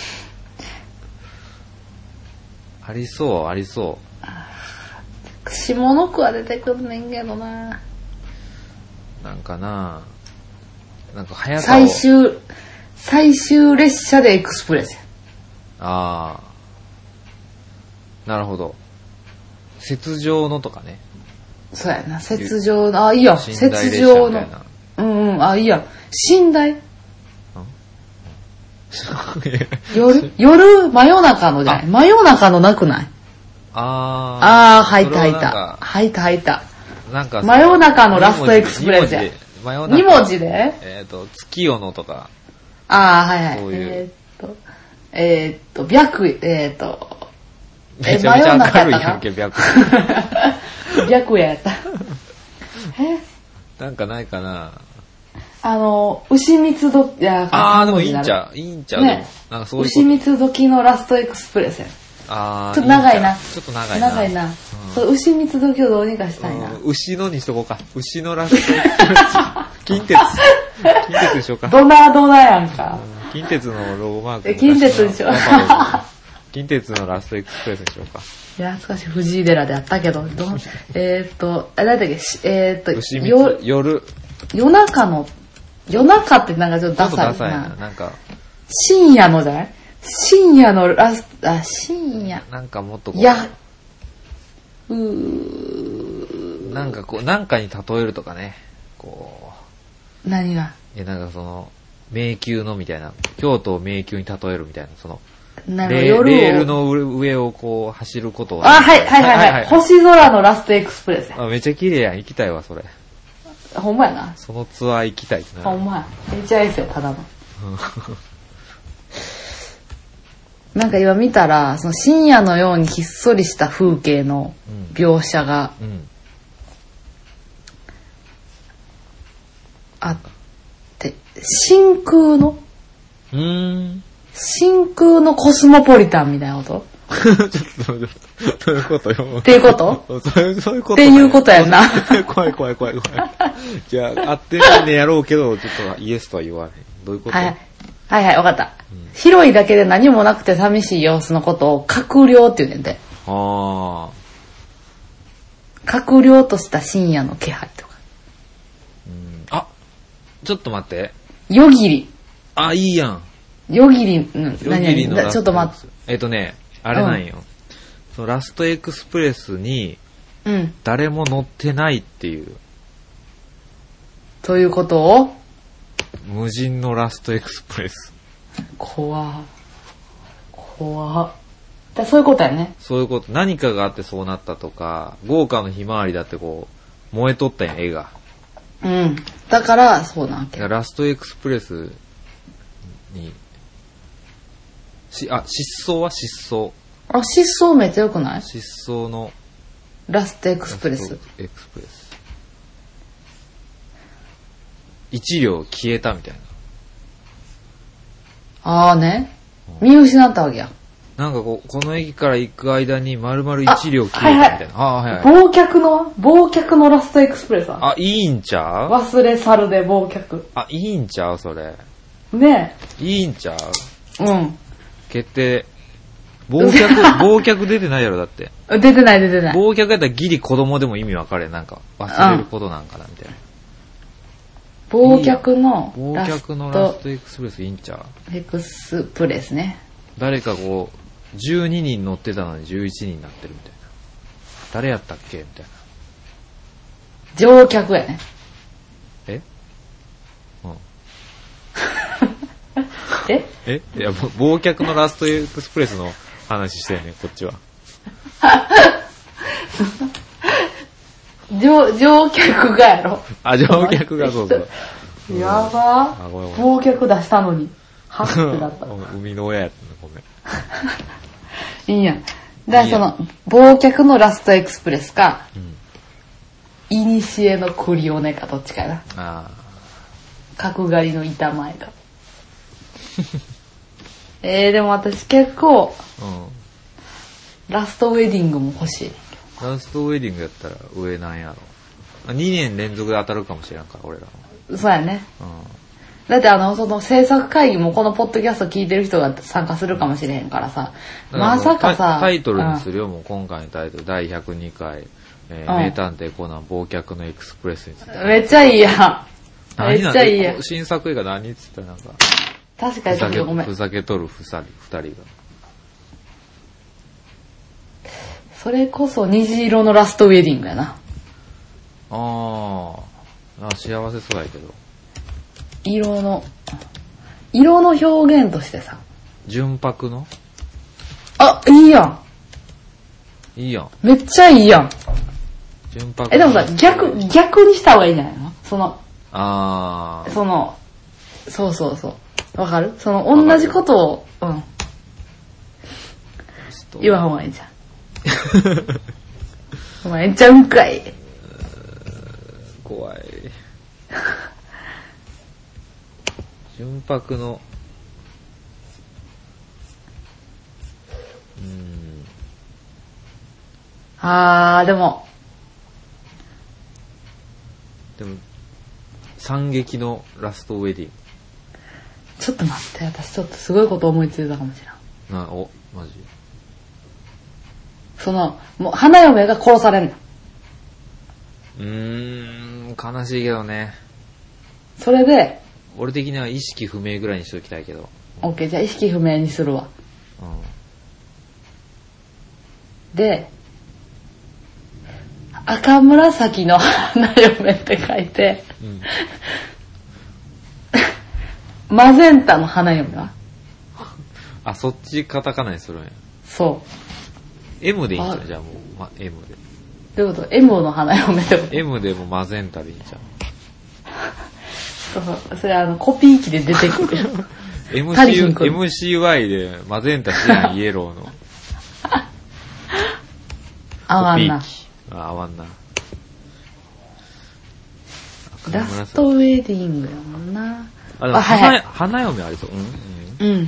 ありそうありそう。 下の句は出てくんねんけどな。 なんかな。なんか早さを最終最終列車でエクスプレスや。 ああ。なるほど。雪上のとかね。 そうやな。雪上のあいいや。雪上の。うんうんあいいや。寝台。 夜夜真夜中のじゃない真夜中のなくないあー。 あー、入った入った。入った入った。 なんか、 真夜中のラストエクスプレスや。に文字でえっと、月夜のとか。 あー、はいはい。 そういうえー、っと、えー、っと、白、えー、っと、 めちゃめちゃ明るいやんけ、白。 白夜やった。えなんかないかな。 あの、牛蜜時、いや、 あー、でもいいんちゃういいんちゃうね。なんかそういう牛蜜時のラストエクスプレスや。 あー、 ちょっと長いな。 ちょっと長いな。 長いな。うん、そう、牛蜜時をどうにかしたいな。 牛のにしとこうか。牛のラストエクスプレス。近鉄。近鉄にしようか。 ドナードナーやんか。 うん、近鉄のロゴマーク。 え、近鉄にしよう。 近鉄のラストエクスプレスにしようか。 いや、懐かしい。藤井寺であったけど、どえーっと、あ、なんだっけ、えーっと、 牛蜜、夜。 夜中の、夜中ってなんかちょっとダサいな。 ダサいな。なんか。 深夜のじゃない深夜のラスト、あ、深夜。 なんかもっとこう。 いや、うー。 なんかこう、なんかに例えるとかね。こう。何がいや、なんかその、迷宮のみたいな。京都を迷宮に例えるみたいな。その、 なんかレールの上をこう走ることは。あ、はい、はい、はい、はい。星空のラストエクスプレスや。 あ、めっちゃ綺麗やん。行きたいわ、それ。 ほんまやな。 そのツアー行きたいな。 ほんまや。めっちゃいいですよ、ただの。なんか今見たら、その深夜のようにひっそりした風景の描写があって、真空のうーん真空のコスモポリタンみたいなことちょっと、どういうことよ。 っていうことそういう、そういうこと。 っていうことやんな。 怖い怖い怖い怖い。じゃあ、あってないでやろうけど、ちょっとイエスとは言わない。どういうこと？ はい、はいはい、わかった。うん、広いだけで何もなくて寂しい様子のことを閣僚って言うねんて。 ああ。 閣僚とした深夜の気配とか。 うん、あ、ちょっと待って。 夜霧。 あ、いいやん。 夜霧、うん、 夜霧のラストエクスプレス。 ちょっと待って。 えっとね、あれなんよ。うん、そのラストエクスプレスに、誰も乗ってないっていう。うん、 ということを無人のラストエクスプレス。 怖怖だそういうことやね。 そういうこと。何かがあってそうなったとか、豪華のひまわりだってこう、燃えとったんや、絵が。 うん。だから、そうなんけ。 ラストエクスプレスに、し、あ、失踪は失踪。 あ、失踪めっちゃ良くない？ 失踪の。 ラストエクスプレス。 ラストエクスプレス。一両消えたみたいな。ああね。見失ったわけや。 なんかこう、この駅から行く間に丸々一両消えたみたいな。あ、はいはい。 忘却の、忘却のラストエクスプレス。 あ、いいんちゃう？ 忘れ去るで忘却。 あ、いいんちゃうそれ。 ねえ。いいんちゃう？ うん。 決定。忘却、忘却出てないやろだって。 出てない出てない。 忘却やったらギリ子供でも意味わかれ。なんか忘れることなんかなみたいな。 忘却の忘却のラストエクスプレスいいんちゃう？エクスプレスね。 誰かこう、じゅうににん乗ってたのにじゅういちにんになってるみたいな。誰やったっけみたいな。 乗客やね。 え？うん。 え？ え？いや、忘却のラストエクスプレスの話してんねん、こっちは。 乗、乗客がやろ。 あ、乗客がそうそう。 やばー。忘却出したのに。はってなった。 海の親やったね、ごめん。いいやん。だからその、忘却のラストエクスプレスか、いにしえのクリオネかどっちかやな。ああ。角刈りの板前か。えー、でも私結構、うん、ラストウェディングも欲しい。 ラストウェディングやったら上なんやろ。にねん連続で当たるかもしれんから、俺らも。そうやね。うん、だってあの、その制作会議もこのポッドキャスト聞いてる人が参加するかもしれへんからさ。まさかさ。 タイトルにするよ、うん、もう今回のタイトル。だいひゃくにかい、えーうん、名探偵コナン忘却のエクスプレスについて。 めっちゃいいやん。めっちゃいいやん。 新作映画何っつったらなんか。 確かにちょっとごめん。 ふざけとるふさり、二人が。 それこそ虹色のラストウェディングやな。 ああ、幸せそうやけど。 色の、 色の表現としてさ。 純白のあ、いいやん。 いいやん。 めっちゃいいやん。 純白。 え、でもさ、逆、逆にした方がいいんじゃないの？その、 あー。 その、そうそうそう。わかる？その、同じことを、うん。言わん方がいいじゃん。お前、えっちゃうんかい。 怖い。純白の、うーん。 あー、でも。 でも、惨劇のラストウェディング。 ちょっと待って、私ちょっとすごいこと思いついたかもしれん。 な、お、マジ？ その、もう、花嫁が殺されんの。 うーん、悲しいけどね。 それで、 俺的には意識不明ぐらいにしときたいけど。 オッケー、じゃあ意識不明にするわ。 うん。 で、赤紫の花嫁って書いて、うん、マゼンタの花嫁は？ あ、そっちカタカナにするんや。 そう。 M でいいんじゃん、じゃあもう、ま、M で。 どういうこと？ M の花嫁でも。 M でもマゼンタでいいんじゃん。 そうそう。それあの、コピー機で出てくる。 エムシー、エムシーワイ でマゼンタシアンイエローの。 合わんな。 あ、合わんな。 ラストウェディングやもんな。 あ、でも花、はいはい、花嫁ありそう。うん、 うん。うん。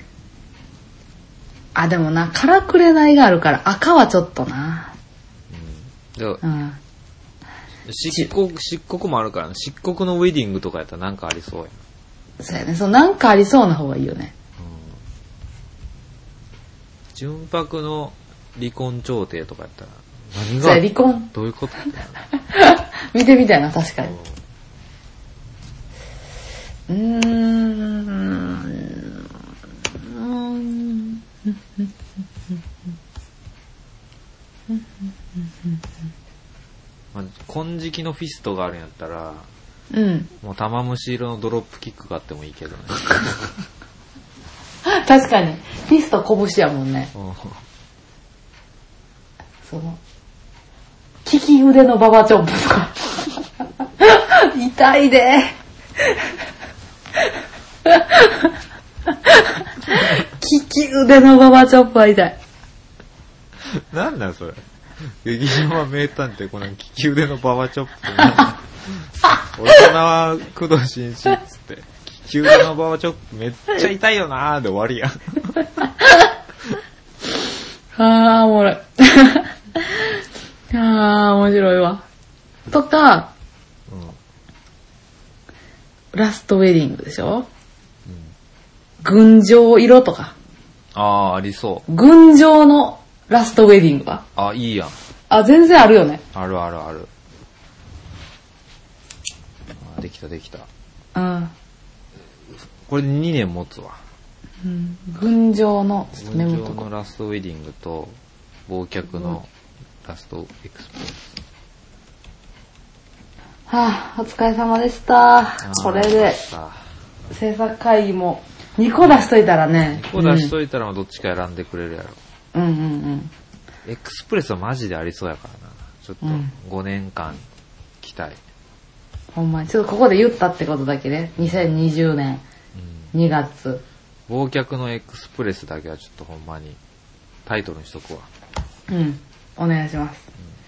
あ、でもな、からくれないがあるから赤はちょっとな。 うん。うん。漆黒、漆黒もあるからね。漆黒のウェディングとかやったらなんかありそうや。 そうやね。そう、なんかありそうな方がいいよね。 うん。純白の離婚調停とかやったら何がそうや、離婚。 どういうこと見てみたいな、確かに。うーん。うーん。 まあ、金色のフィストがあるんやったら、 うん、 もう玉虫色のドロップキックがあってもいいけどね。 確かにフィスト拳やもんね。その利き腕のババチョップとか痛いで利き腕のババチョップは痛い。 なんなんそれ。劇場名探偵この利き腕のババチョップって俺の名は工藤新一っつって利き腕のババチョップめっちゃ痛いよなーで終わりやん。 あーおもろい。あー面白いわ。とか、うん、ラストウェディングでしょ、うん、群青色とか。 あーありそう。 群青のラストウェディングは？ あ、いいやん。 あ、全然あるよね。 あるあるある。あ、できたできた。 うん。 これにねん持つわ。 うん。群青のメモとか。群青のラストウェディングと、忘却のラストエクスプレス。 はぁ、お疲れ様でした。これで、制作会議もにこ出しといたらね。 にこ出しといたらどっちか選んでくれるやろ。 うんうんうん。 エクスプレスはマジでありそうやからな。ちょっとごねんかん期待。 ほんまに。ちょっとここで言ったってことだけね。にせんにじゅうねんにがつ。 うん、忘却のエクスプレスだけはちょっとほんまにタイトルにしとくわ。 うん。お願いします。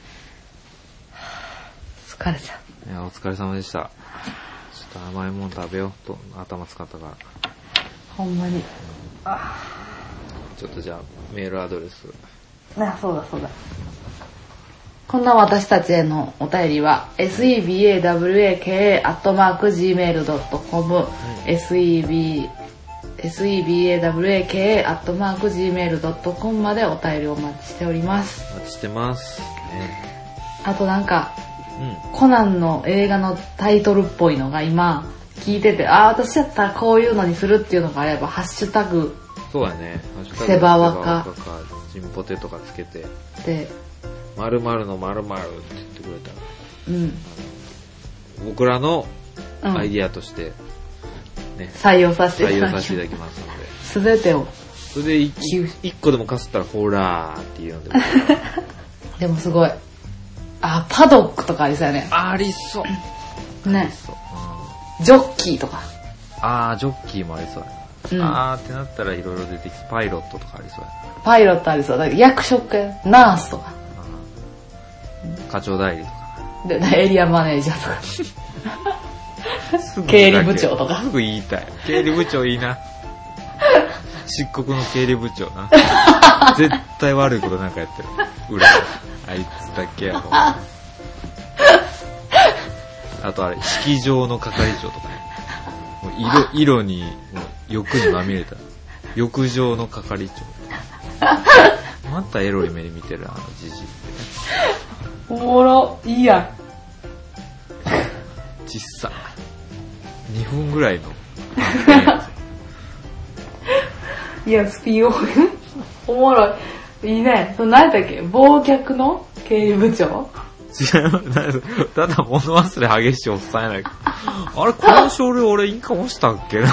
うん、疲れちゃう。 いや、お疲れ様でした。ちょっと甘いもん食べようと頭使ったから。 ほんまに。うん、 あちょっとじゃあメールアドレス。 あ、そうだそうだ。こんな私たちへのお便りは セバワカ アットマーク ジーメールドットコム セバワカ アットマーク ジーメールドットコム までお便りをお待ちしております。 お待ちしてます。ね、 あとなんか、うん、コナンの映画のタイトルっぽいのが今聞いてて、あ、私だったらこういうのにするっていうのがあればハッシュタグ。 そうやね。 セバワカ。 ジンポテとかつけて。 で、 〇〇の〇〇って言ってくれたら、うん、僕らのアイディアとしてね、 採用させて採用させていただきますので。 すべてを。 それでい一個でもかすったらホラーっていうのでも。 でもすごい。あ、パドックとかありそうやね。 ありそう。 ね。 ありそう。 うん、ジョッキーとか。 あー、ジョッキーもありそうやな。うん、あーってなったらいろいろ出てきて、パイロットとかありそうやな。 パイロットありそう。だから役職や。ナースとか。 課長代理とか。 で、エリアマネージャーとか。経理部長とか。 すぐ言いたい。経理部長いいな。漆黒の経理部長な。絶対悪いことなんかやってる。裏。あいつだけやろ。あとあれ、式場の係長とかね。もう色、色に、もう欲にまみれた。浴場の係長。またエロい目で見てる、あのじじい。 おもろ、いいやん。 小さ。にふんぐらいの。 いや、スピンオフ。おもろい。いいね。その何だっけ、忘却の経理部長違う。ただ物忘れ激しいおっさんやないか。あれ、この書類俺インカもしたっけな。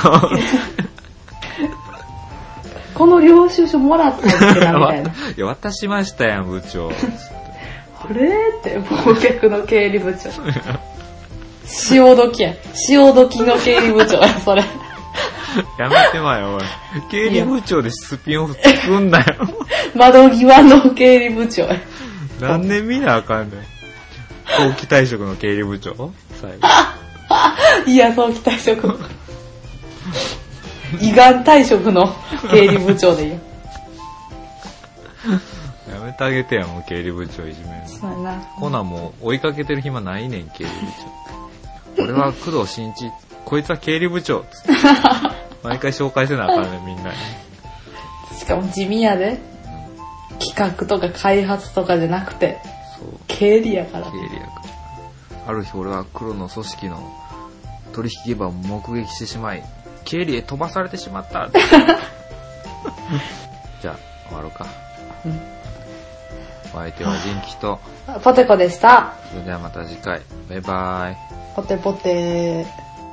この領収書もらったっけなみたいな。いや、渡しましたやん、部長。 あれって、忘却の経理部長。潮時や。潮時の経理部長や、それ。 やめてまよ、おい。経理部長でスピンオフ作んなよ。 窓際の経理部長や。 何年見なあかんねん。早期退職の経理部長最後。 いや、早期退職。胃がん退職の経理部長でいいよ。 やめてあげてや、もう経理部長いじめる。 そうやな。 ほなもう追いかけてる暇ないねん、経理部長。俺は工藤新一、こいつは経理部長つって。毎回紹介せなあかんねん、みんなに。 しかも地味やで。うん、企画とか開発とかじゃなくて、そう経理やから。 経理やから。ある日俺は黒の組織の取引現場を目撃してしまい、経理へ飛ばされてしまった。じゃあ、終わろうか。うん、お相手はジンキとポテコでした。 それではまた次回。バイバイ。 ポテポテ。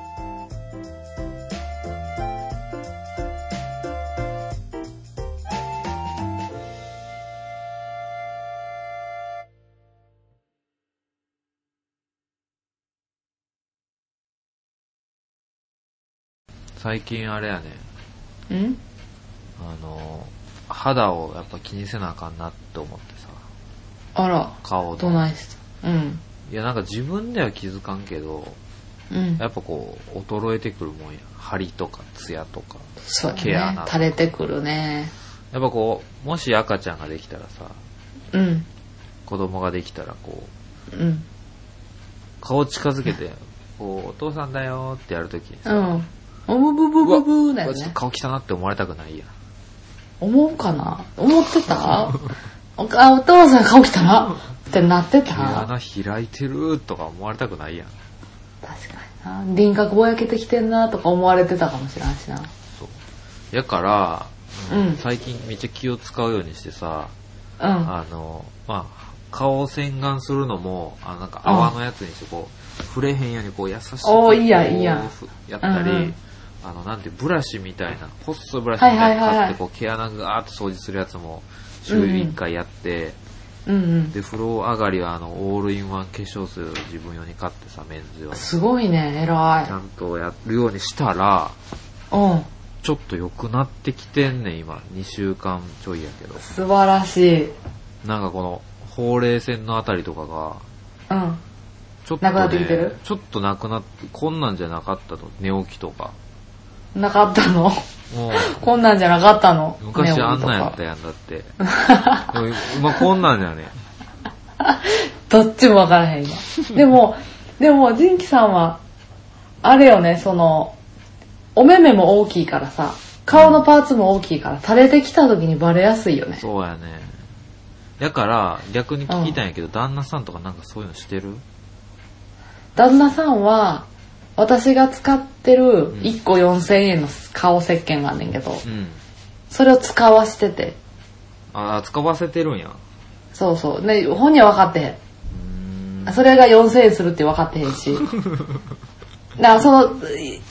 最近あれやねんあの肌をやっぱ気にせなあかんなって思ってさ。 あら、 顔どないした。うん。 いやなんか自分では気づかんけど、うん、やっぱこう衰えてくるもんや。張りとかツヤとか、 そうね、ケアな垂れてくるね。 やっぱこうもし赤ちゃんができたらさ、うん、子供ができたらこう、うん、顔近づけてこうお父さんだよってやるときにさ、うん、 おぶぶぶぶぶだよね。 ちょっと顔汚って思われたくないやん。 思うかな、思ってたあ、お父さん顔汚なってなってた。 毛穴開いてるとか思われたくないやん。 確かにな。輪郭ぼやけてきてんなとか思われてたかもしれんしな。 そうやから、うん、最近めっちゃ気を使うようにしてさ、うん、あのまあ顔を洗顔するのもあのなんか泡のやつにしてこう触れへんようにこう優しくおいいやいいややったり、うんうん、あのなんてブラシみたいな細いブラシみたいなの買ってこう毛穴がーっと掃除するやつも週いっかいやって、うんうん、で風呂上がりはあのオールインワン化粧水を自分用に買ってさ、メンズ用にすごいね、偉い。 ちゃんとやるようにしたら、うん、ちょっと良くなってきてんねん今。にしゅうかんちょいやけど。 素晴らしい。 なんかこのほうれい線のあたりとかが、うん、ちょっと、ね、 なくなってきてる。 ちょっとなくなって、こんなんじゃなかったと。寝起きとかなかったの。こんなんじゃなかったの。 昔あんなんやったやんだって。今こんなんじゃね。 どっちもわからへん今。でもでもジンキさんはあれよね、そのお目目も大きいからさ、顔のパーツも大きいから垂れてきた時にバレやすいよね。 そうやね。だから逆に聞きたいんやけど、うん、旦那さんとかなんかそういうのしてる？ 旦那さんは私が使ってるいっこよんせんえんの顔石鹸があんねんけど、うん、それを使わしてて。 ああ、使わせてるんや。 そうそう。ね、本人は分かってへん。うーん、それがよんせんえんするって分かってへんし。だからその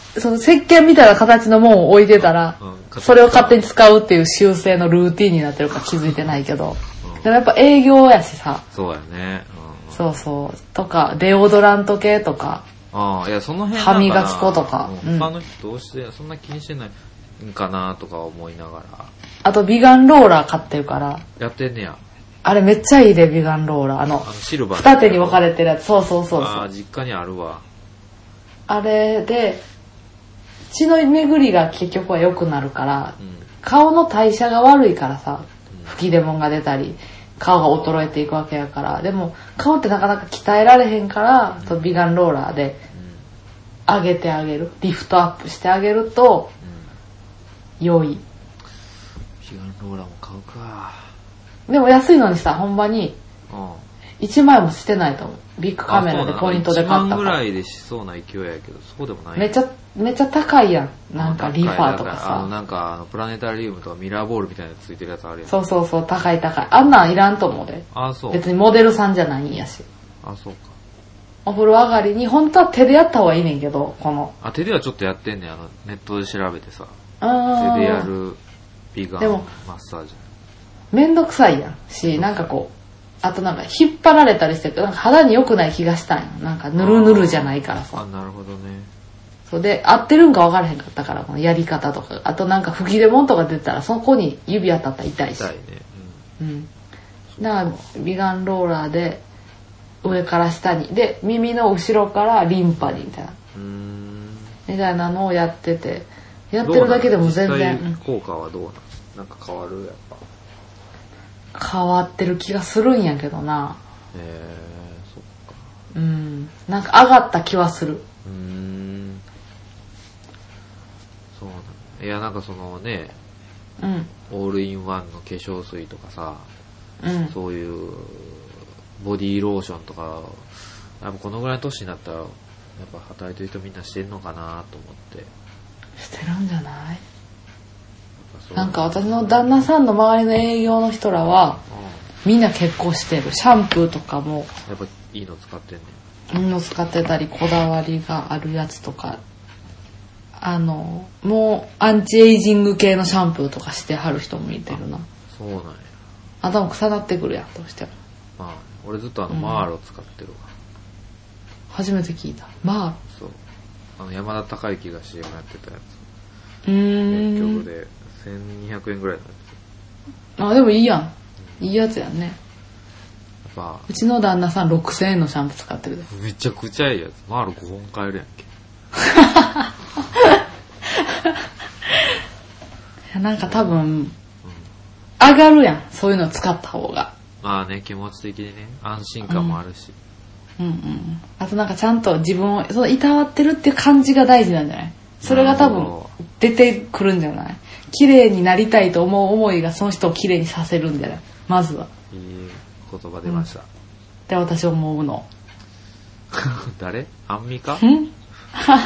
その石鹸みたいな形のもんを置いてたら、うん、それを勝手に使うっていう習性のルーティンになってるか気づいてないけど、うん、でもやっぱ営業やしさ。 そうやね。 うん、そうそう。とか、デオドラント系とか、 ああ、いや、その辺歯磨き粉とか。 うん、他の人どうしてそんな気にしてないんかなとか思いながら。 あと、ビガンローラー買ってるから。 やってんねや。 あれめっちゃいいで、ビガンローラー。あの、あのシルバー二手に分かれてるやつ。そうそうそうそう。 ああ、実家にあるわ。 あれで、血の巡りが結局は良くなるから、うん、顔の代謝が悪いからさ、吹き出物が出たり、顔が衰えていくわけやから、でも顔ってなかなか鍛えられへんから、うん、ビガンローラーで上げてあげる、リフトアップしてあげると、うん、良い。 ビガンローラーも買うか。 でも安いのにさ、ほんまに、いちまんえんもしてないと思う。ビッグカメラでポイントで買ったから。いちまんぐらいでしそうな勢いやけど、そうでもない。 めっちゃ、めっちゃ高いやん。なんかリファーとかさ。 あのなんかあのプラネタリウムとかミラーボールみたいなのついてるやつあるやん。 そうそうそう、高い高い。あんなんいらんと思うで。 あ、そう。 別にモデルさんじゃないんやし。 あ、そうか。 お風呂上がりに、本当は手でやった方がいいねんけど、この。 あ、手ではちょっとやってんねん。あの、ネットで調べてさ。手でやるビガンマッサージ。 めんどくさいやんし、なんかこう、あとなんか引っ張られたりしてるけど、なんか肌に良くない気がしたんや。なんかぬるぬるじゃないからさ。 あ、なるほどね。 そうで、合ってるんか分からへんかったから、このやり方とか。あとなんか吹き出物とか出たら、そこに指当たったら痛いし。 痛いね。 うん。うん。だから、ビガンローラーで、上から下に。で、耳の後ろからリンパに、みたいな。うーん。みたいなのをやってて、やってるだけでも全然。 実際効果はどうなん？なんか変わる？やっぱ。 変わってる気がするんやけどな。 へえー、そっか。 うん。なんか上がった気はする。 うーん。そうなんだ。いや、なんかそのね、うん。オールインワンの化粧水とかさ、うん。そういうボディーローションとか、やっぱこのぐらいの年になったら、やっぱ働いてる人みんなしてんのかなと思って。 してるんじゃない？なんか私の旦那さんの周りの営業の人らは、みんな結構してる。シャンプーとかもやっぱいいの使ってんね。 いいの使ってたり、こだわりがあるやつとか、あのもうアンチエイジング系のシャンプーとかしてはる人もいてるな。 そうなんや。 頭腐なってくるやん、どうしても。 まあ俺ずっとあのマーロ使ってるわ、うん、 初めて聞いた。マーロ。 そう、あの山田孝之が シーエム やってたやつ。 うーん、 名曲でせんにひゃくえんぐらいなんですよ。 あ、でもいいやん、うん、いいやつやんね。やっぱうちの旦那さんろくせんえんのシャンプー使ってるで。 めちゃくちゃいいやつ。マーロごほん買えるやんけ。 なんか多分、うん、上がるやん、そういうの使った方が。 まあね、気持ち的にね、安心感もあるし、 うん、うんうんあとなんかちゃんと自分をそのいたわってるっていう感じが大事なんじゃない？それが多分出てくるんじゃない？綺麗になりたいと思う思いがその人を綺麗にさせるんじゃない？まずは。 いい言葉出ました。うん、 って私思うの。 誰？アンミカ？ ん？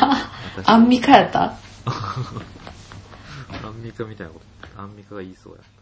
アンミカやった？ アンミカみたいなこと。アンミカが言いそうや。